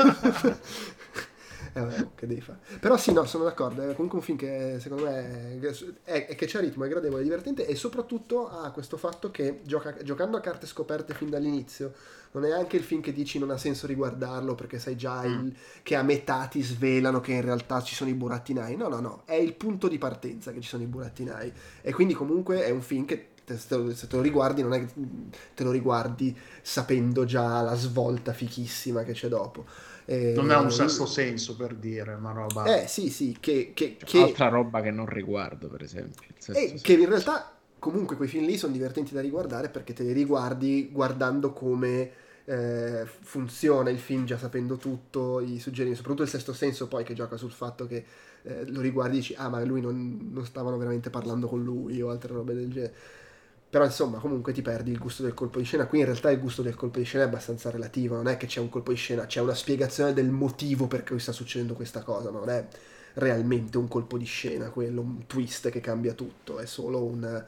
Eh, vabbè, che devi fare? Però sì, no, sono d'accordo. È comunque un film che secondo me è, è- è che c'è ritmo, è gradevole, è divertente e soprattutto ha questo fatto che gioca- giocando a carte scoperte fin dall'inizio, non è anche il film che dici non ha senso riguardarlo perché sai già il- che a metà ti svelano che in realtà ci sono i burattinai. No, no, no, è il punto di partenza che ci sono i burattinai. E quindi comunque è un film che te- se te lo- se te lo riguardi non è che te lo riguardi sapendo già la svolta fichissima che c'è dopo. Eh, Non è un sesto senso, per dire, una roba. eh sì, sì, che, che, che, Altra roba che non riguardo, per esempio. Il sesto e senso. che in realtà comunque quei film lì sono divertenti da riguardare perché te li riguardi guardando come eh, funziona il film, già sapendo tutto, i suggerimenti, soprattutto il sesto senso poi che gioca sul fatto che eh, lo riguardi e dici ah ma lui non, non stavano veramente parlando con lui o altre robe del genere. Però insomma comunque ti perdi il gusto del colpo di scena. Qui in realtà il gusto del colpo di scena è abbastanza relativo, non è che c'è un colpo di scena, c'è una spiegazione del motivo per cui sta succedendo questa cosa, non è realmente un colpo di scena quello, un twist che cambia tutto, è solo un,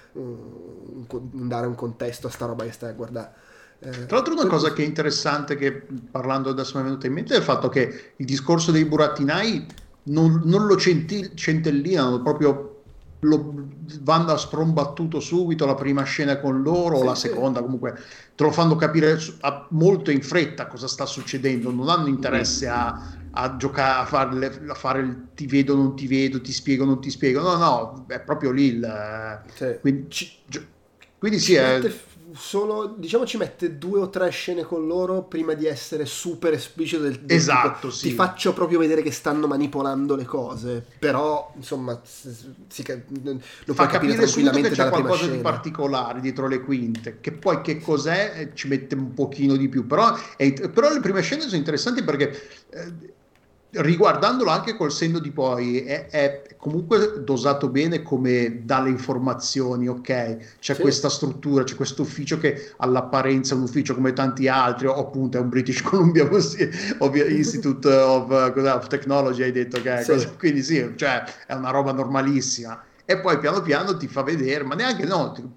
un, un dare un contesto a sta roba che stai a guardare. Eh, Tra l'altro una per cosa cui- che è interessante, che parlando adesso mi è venuta in mente, è il fatto che il discorso dei burattinai non, non lo centi- centellinano, proprio lo vanno a sprombattuto subito, la prima scena con loro, o Sì, la sì. seconda, comunque te lo fanno capire su- a- molto in fretta cosa sta succedendo, non hanno interesse a, a giocare, a, farle, a fare il ti vedo, non ti vedo, ti spiego, non ti spiego, no, no, è proprio lì il... Sì. Quindi, Ci- gio- quindi sì, ci è... mette f- solo, diciamo ci mette due o tre scene con loro prima di essere super esplicito del, del Esatto, tipo, sì. ti faccio proprio vedere che stanno manipolando le cose, però insomma s- si, ca- lo fa puoi capire capire subito tranquillamente che c'è dalla prima qualcosa di scena. particolare dietro le quinte, che poi che cos'è eh, ci mette un pochino di più, però, è- però le prime scene sono interessanti perché eh, riguardandolo anche col senno di poi è, è comunque dosato bene come dalle informazioni, ok? C'è Sì. questa struttura, c'è questo ufficio che all'apparenza è un ufficio come tanti altri, o appunto è un British Columbia Institute of, cos'è, of Technology, hai detto che è, Sì. cosa- quindi sì, cioè è una roba normalissima. E poi piano piano ti fa vedere, ma neanche no, ti-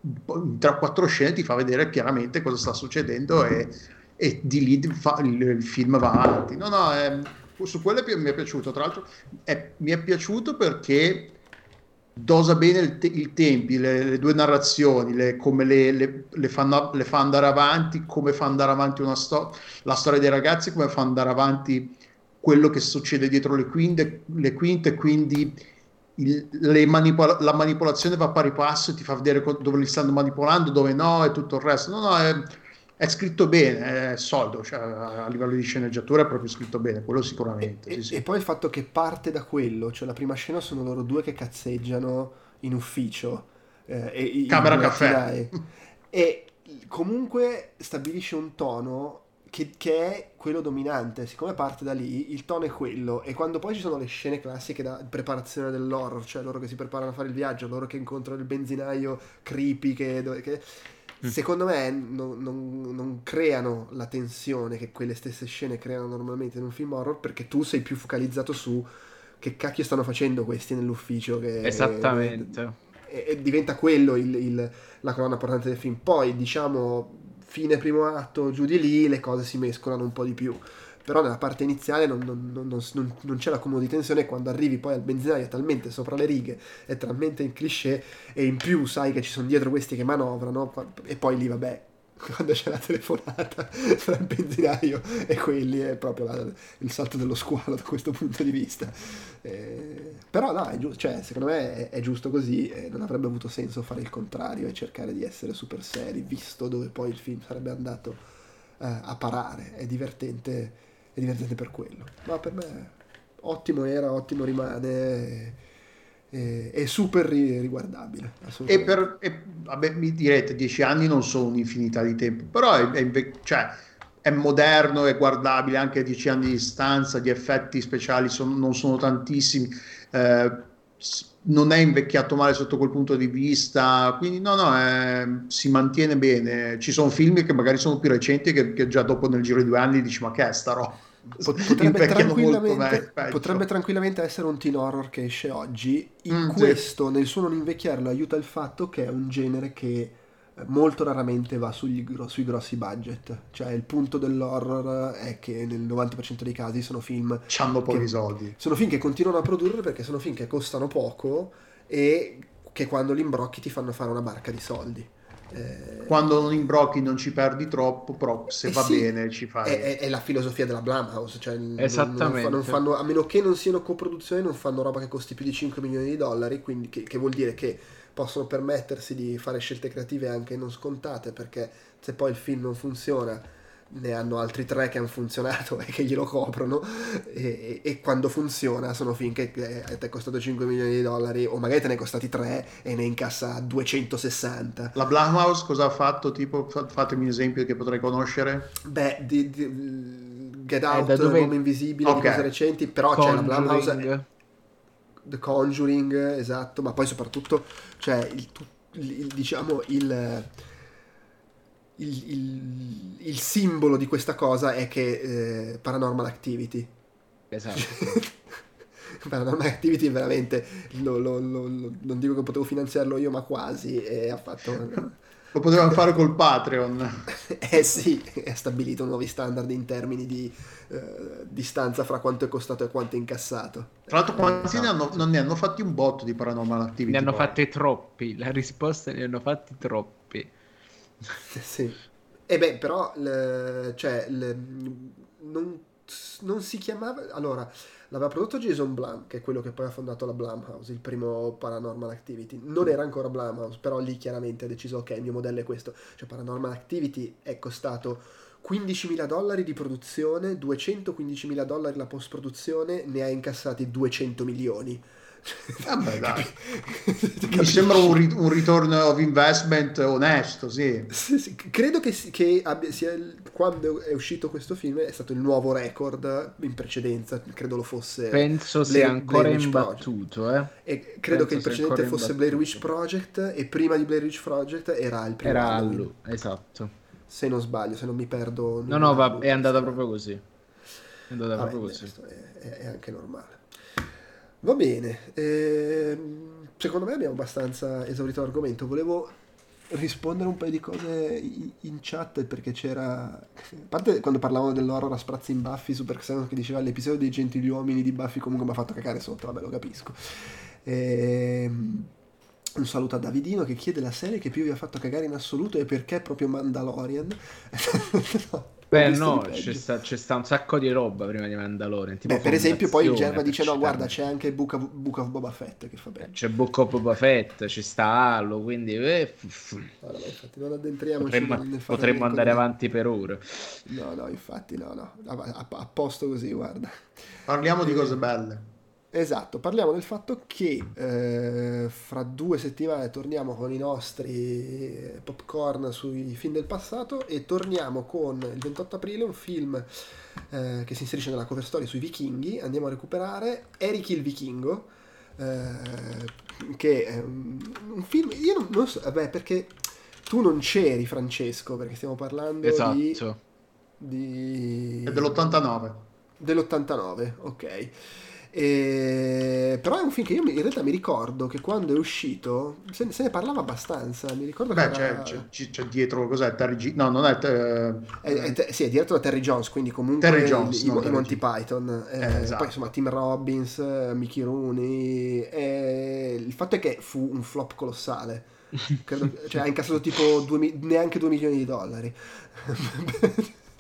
tra quattro scene ti fa vedere chiaramente cosa sta succedendo e, e di lì fa- il, il film va avanti. No, no, ehm, su quello è pi- mi è piaciuto. Tra l'altro, è- mi è piaciuto perché dosa bene il te- i tempi, le, le due narrazioni, le- come le, le- le fanno, le fa andare avanti, come fa andare avanti una sto- la storia dei ragazzi, come fa andare avanti quello che succede dietro le quinte, le quinte quindi il- le manipola- la manipolazione va a pari passo, ti fa vedere co- dove li stanno manipolando, dove no, e tutto il resto. No, no, è, è scritto bene, è solido, cioè, a livello di sceneggiatura è proprio scritto bene, quello sicuramente. E, Sì, sì. e poi il fatto che parte da quello, cioè la prima scena sono loro due che cazzeggiano in ufficio, eh, e i- i Camera burattinai. caffè. E comunque stabilisce un tono che, che è quello dominante, siccome parte da lì, il tono è quello, e quando poi ci sono le scene classiche da preparazione dell'horror, cioè loro che si preparano a fare il viaggio, loro che incontrano il benzinaio creepy, che, dove- che secondo me non, non- non creano la tensione che quelle stesse scene creano normalmente in un film horror, perché tu sei più focalizzato su che cacchio stanno facendo questi nell'ufficio, che Esattamente. e, e diventa quello il- il- la colonna portante del film. Poi diciamo fine primo atto, giù di lì le cose si mescolano un po' di più, però nella parte iniziale non, non- non- non- non c'è l'accumulo di tensione. Quando arrivi poi al benzinaio è talmente sopra le righe, è talmente in cliché, e in più sai che ci sono dietro questi che manovrano, e poi lì vabbè, quando c'è la telefonata tra il benzinaio e quelli è proprio la- il salto dello squalo da questo punto di vista. Eh, però no, è giusto, cioè, secondo me è, è giusto così, e non avrebbe avuto senso fare il contrario e cercare di essere super seri, visto dove poi il film sarebbe andato a parare, è divertente, è divertente per quello. Ma per me ottimo era, ottimo rimane, è, è super riguardabile. E per, e, vabbè, mi direte, dieci anni non sono un'infinità di tempo, però è, è, cioè, è moderno, è guardabile anche a dieci anni di distanza, gli effetti speciali sono, non sono tantissimi, eh, non è invecchiato male sotto quel punto di vista, quindi no, no, è, si mantiene bene. Ci sono film che magari sono più recenti che, che già dopo nel giro di due anni dici ma che è sta roba? Potrebbe tranquillamente, potrebbe tranquillamente essere un teen horror che esce oggi. In mm, questo, sì. Nel suo non invecchiarlo, aiuta il fatto che è un genere che molto raramente va sugli, sui grossi budget. Cioè il punto dell'horror è che nel novanta per cento dei casi sono film c'hanno pochi soldi, sono film che continuano a produrre perché sono film che costano poco e che quando li imbrocchi ti fanno fare una barca di soldi. Eh, quando non imbrocchi non ci perdi troppo, però se eh va sì, bene ci fai. È, è la filosofia della Blumhouse, cioè esattamente. Non, non fanno, a meno che non siano coproduzioni, non fanno roba che costi più di cinque milioni di dollari, quindi che, che vuol dire che possono permettersi di fare scelte creative anche non scontate, perché se poi il film non funziona ne hanno altri tre che hanno funzionato e che glielo coprono, e, e, e quando funziona sono film che eh, ti è costato cinque milioni di dollari o magari te ne è costati tre e ne incassa duecentosessanta. La Blumhouse cosa ha fatto? Tipo, fatemi un esempio che potrei conoscere. Beh, di, di, Get Out, eh, dove... L'uomo invisibile, okay. Di cose recenti, però Conjuring. C'è la Blumhouse, The Conjuring, esatto, ma poi soprattutto cioè il, il, il diciamo il Il, il, il simbolo di questa cosa è che eh, Paranormal Activity, esatto. Paranormal Activity veramente lo, lo, lo, lo, non dico che potevo finanziarlo io, ma quasi, e ha fatto lo potevamo fare col Patreon. Eh sì, ha stabilito nuovi standard in termini di eh, distanza fra quanto è costato e quanto è incassato. Tra l'altro quanti esatto. ne hanno, non ne hanno fatti un botto di Paranormal Activity? Ne hanno poi. fatti troppi, la risposta ne hanno fatti troppi. Sì. E beh, però le, cioè le, non, non si chiamava, allora l'aveva prodotto Jason Blum, che è quello che poi ha fondato la Blumhouse, il primo Paranormal Activity. Non era ancora Blumhouse, però lì chiaramente ha deciso ok, il mio modello è questo. Cioè Paranormal Activity è costato quindicimila dollari di produzione, duecentoquindicimila dollari la post produzione, ne ha incassati duecento milioni. Vabbè, dai. Mi sembra un, ri- un return of investment onesto, sì. Sì, sì. Credo che, che abbia, sia il, quando è uscito questo film è stato il nuovo record. In precedenza credo lo fosse, penso Blair, sia ancora imbattuto eh? E credo penso che il precedente fosse Blair Witch Project, e prima di Blair Witch Project era il primo era Halloween, esatto, se non sbaglio, se non mi perdo. No no, va, è andata proprio così, è andata Vabbè, proprio così. È, è anche normale. Va bene, ehm, secondo me abbiamo abbastanza esaurito l'argomento. Volevo rispondere un paio di cose in, in chat, perché c'era, a parte quando parlavamo dell'horror a sprazzi in Buffy, Super Xenon che diceva l'episodio dei gentiluomini di Buffy comunque mi ha fatto cacare sotto, vabbè, lo capisco. Ehm, un saluto a Davidino che chiede la serie che più vi ha fatto cagare in assoluto e perché proprio Mandalorian. No. Beh no, c'è sta, c'è sta un sacco di roba prima di Mandalorian, tipo beh, per esempio poi il Germa dice no guarda c'è anche Book of, Book of Boba Fett che fa bene, c'è Book of Boba Fett, ci sta Halo, quindi eh, allora, infatti non addentriamoci potremmo, nel, nel potremmo andare avanti per ore. No no infatti no no a, a, a posto così, guarda, parliamo di cose belle. Esatto, parliamo del fatto che eh, fra due settimane torniamo con i nostri popcorn sui film del passato, e torniamo con il ventotto aprile un film eh, che si inserisce nella cover story sui vichinghi. Andiamo a recuperare Eric il Vichingo, eh, che è un, un film, io non, non so, vabbè, perché tu non c'eri, Francesco, perché stiamo parlando esatto. di, di... È dell'ottantanove. Dell'ottantanove, ok. E... però è un film che io in realtà mi ricordo che quando è uscito se ne, se ne parlava abbastanza. Mi ricordo Beh, che era... c'è, c'è, c'è dietro cos'è Terry G... no non è, eh... è, è te... sì, è diretto da Terry Jones, quindi comunque Terry Jones, i, i, i Monty Python, eh, eh, esatto. Poi insomma Tim Robbins, Mickey Rooney, e... il fatto è che fu un flop colossale. Credo, cioè ha incassato tipo due, neanche due milioni di dollari.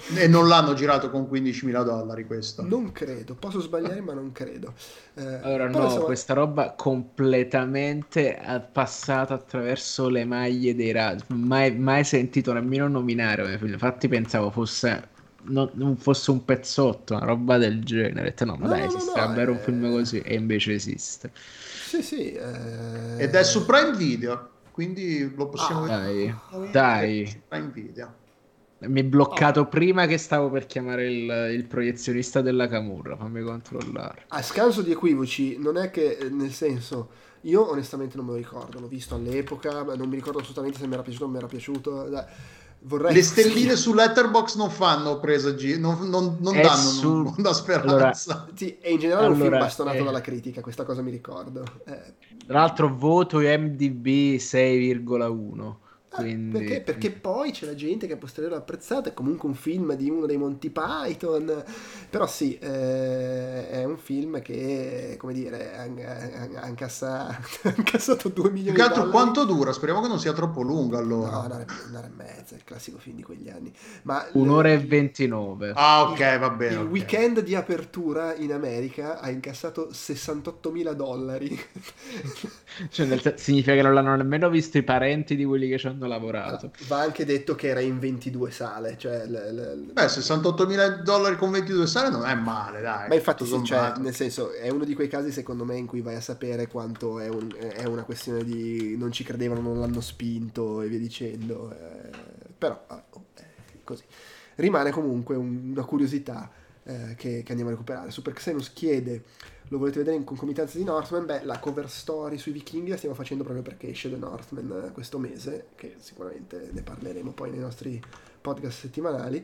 E non l'hanno girato con quindicimila dollari questo? Non credo, posso sbagliare ma non credo. Eh, Allora però no, insomma, questa roba completamente ha- passata attraverso le maglie dei radar, mai, mai sentito nemmeno nominare come film. Infatti pensavo fosse, non, non fosse un pezzotto, una roba del genere. Ho detto, no, ma no, dai, no, no, esiste no, davvero un film eh, così? E invece esiste. sì, sì. eh, Ed è su Prime Video, quindi lo possiamo Ah, Dai, vedere su dai. Prime Video. Mi hai bloccato prima che stavo per chiamare il, il proiezionista della Camurra, fammi controllare. A scanso di equivoci, non è che, eh, nel senso, io onestamente non me lo ricordo, l'ho visto all'epoca, ma non mi ricordo assolutamente se mi era piaciuto o non mi era piaciuto. Dai, vorrei... Le stelline su Letterboxd non fanno presagi, non, non, non È danno su- una Allora, speranza. Sì, e in generale è un film Allora, bastonato eh. dalla critica, questa cosa mi ricordo. Eh, Tra l'altro voto I M D B sei virgola uno, Ah, perché? quindi Perché poi c'è la gente che a posteriori l'ha apprezzato, è comunque un film di uno dei Monty Python, però sì, eh, è un film che, come dire, ha, ha- ha incassa- ha incassato due Più milioni che di altro dollari. quanto dura? Speriamo che non sia troppo lungo No, allora. un'ora, e- un'ora e mezza, il classico film di quegli anni. Ma un'ora e il, ventinove. Ah, ok, il- va bene. il ok. weekend di apertura in America ha incassato sessantottomila dollari. Cioè, nel sen- significa che non l'hanno nemmeno visto i parenti di quelli che ci hanno lavorato. Va anche detto che era in ventidue sale, cioè l- l- Beh, sessantottomila dollari con ventidue sale non è male, dai. ma infatti tutto sì, cioè, sommato. nel senso è uno di quei casi secondo me in cui vai a sapere quanto è, un- è una questione di non ci credevano, non l'hanno spinto e via dicendo, eh, però ah, oh, eh, così rimane comunque un- una curiosità eh, che, che andiamo a recuperare. Super Xenus chiede: lo volete vedere in concomitanza di Northman? Beh, la cover story sui vichinghi la stiamo facendo proprio perché esce The Northman eh, questo mese, che sicuramente ne parleremo poi nei nostri podcast settimanali,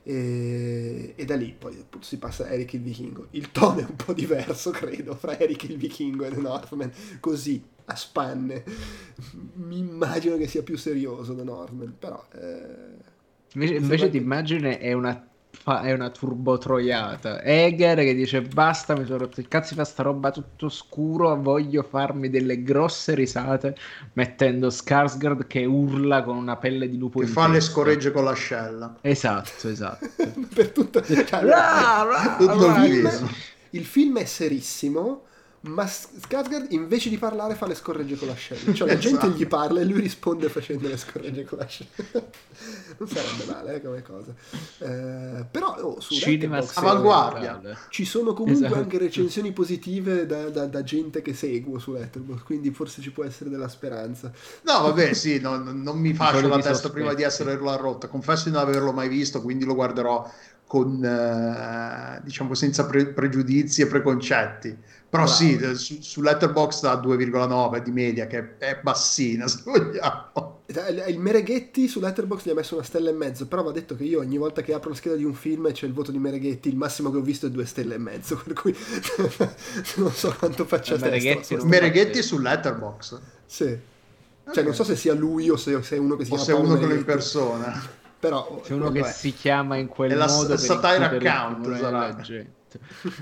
e, e da lì poi appunto si passa a Eric il Vichingo. Il tono è un po' diverso, credo, fra Eric il Vichingo e The Northman, così a spanne. Mi immagino che sia più serioso The Northman, però eh, Invece, mi invece sembra ti che- immagini è una, fa- è una turbotroiata. Eger che dice basta, mi sono rotto il cazzo di fa sta roba tutto scuro, voglio farmi delle grosse risate mettendo Skarsgård che urla con una pelle di lupo Che in fa le testa. scorregge con l'ascella. Esatto, esatto. per tutto, cioè, allora, Ra, ra, tutto il, il film, viso. il film è serissimo, ma Skarsgård invece di parlare fa le scorregge con l'ascella, cioè la gente Esatto. gli parla e lui risponde facendo le scorregge con l'ascella. Non sarebbe male eh, come cosa. Eh, però oh, su Cinema Letterboxd Avanguardia. sperimentale. ci sono comunque Esatto. anche recensioni positive da, da- da gente che seguo su Letterboxd, quindi forse ci può essere della speranza. No, vabbè, sì, non, non mi faccio soliti la testa sospetti. prima di essere la rotta. Confesso di non averlo mai visto, quindi lo guarderò con, eh, diciamo, senza pre- pregiudizi e preconcetti. Però Bravo. sì, eh, su, su Letterboxd ha due virgola nove di media, che è bassina, se vogliamo. Il Mereghetti su Letterboxd gli ha messo una stella e mezzo, però va detto che io ogni volta che apro la scheda di un film e c'è il voto di Mereghetti, il massimo che ho visto è due stelle e mezzo, per cui non so quanto faccia Eh, testa. Mereghetti la sua non- storia. Mereghetti su Letterboxd. Sì. Cioè non so se sia lui o se, se è uno che si O chiama se Paolo uno che lo Mereghetti, impersona. Però C'è uno quello che è. si chiama in quel È la modo s- per satire includere il account, timore sarà. della gente.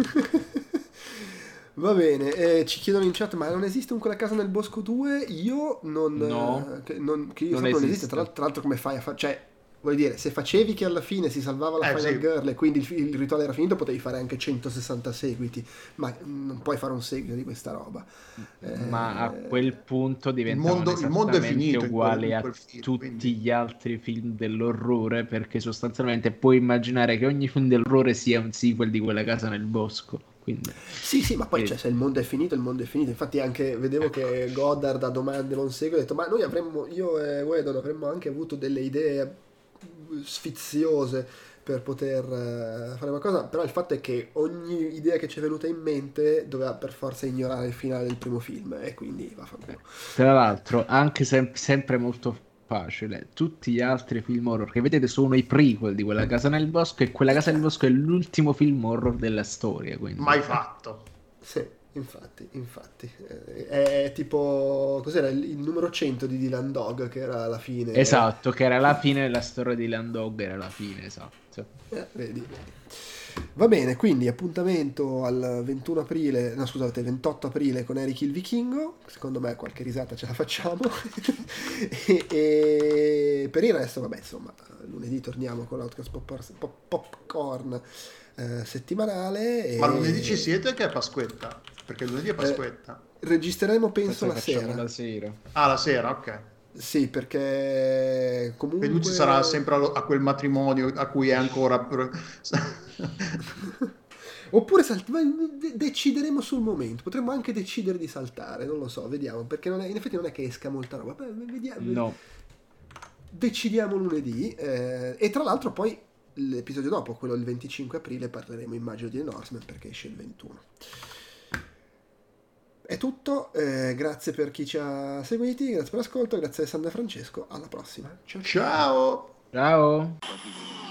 Va bene, eh, ci chiedono in chat, ma non esiste un Quella casa nel bosco due? Io non... No. eh, che, non, che io Non sappia non esiste, esiste. tra, l'altro- tra l'altro come fai a fare... Cioè, voglio dire, se facevi che alla fine si salvava la Eh, Final sì. Girl e quindi il, il rituale era finito, potevi fare anche centosessanta seguiti, ma non puoi fare un seguito di questa roba. Eh, Ma a quel punto diventavano mondo- il mondo è esattamente finito in uguali quel- in a quel film, tutti quindi. gli altri film dell'orrore, perché sostanzialmente puoi immaginare che ogni film dell'orrore sia un sequel di Quella casa nel bosco. Quindi, Sì, sì, ma poi Eh. cioè, se il mondo è finito, il mondo è finito. Infatti anche vedevo che Goddard a domande non segue ha detto, ma noi avremmo, io e Whedon avremmo anche avuto delle idee sfiziose per poter eh, fare qualcosa, però il fatto è che ogni idea che ci è venuta in mente doveva per forza ignorare il finale del primo film e quindi vaffanculo. tra l'altro, anche sem- sempre molto facile, tutti gli altri film horror che vedete sono i prequel di Quella casa nel bosco, e Quella casa nel bosco è l'ultimo film horror della storia. Quindi. Mai fatto. Sì, infatti, infatti. Eh, È, tipo, cos'era il, il numero cento di Dylan Dog che era alla fine. Esatto, che era la fine della storia di Landog, era la fine, esatto. Eh, vedi, vedi. Va bene, quindi appuntamento al ventuno aprile, no scusate, ventotto aprile con Eric il Vichingo, secondo me qualche risata ce la facciamo. e, e per il resto, vabbè, insomma, lunedì torniamo con l'Outcast Pop- Pop- Popcorn eh, settimanale. E... Ma lunedì ci siete che è Pasquetta? Perché lunedì è Pasquetta. Eh, registreremo penso Forse la facciamo sera. la sera. Ah, la sera, ok. Sì, perché comunque... Peducci sarà sempre a quel matrimonio a cui è ancora... Oppure salt- decideremo sul momento, potremmo anche decidere di saltare, non lo so, vediamo, perché non è, in effetti non è che esca molta roba. Beh, vediamo, No. Decidiamo lunedì eh, e tra l'altro poi l'episodio dopo, quello del venticinque aprile, parleremo immagino di The Northman perché esce il ventuno. È tutto, eh, grazie per chi ci ha seguiti, grazie per l'ascolto, grazie a Alessandro e Francesco, alla prossima. Ciao. Ciao! Ciao.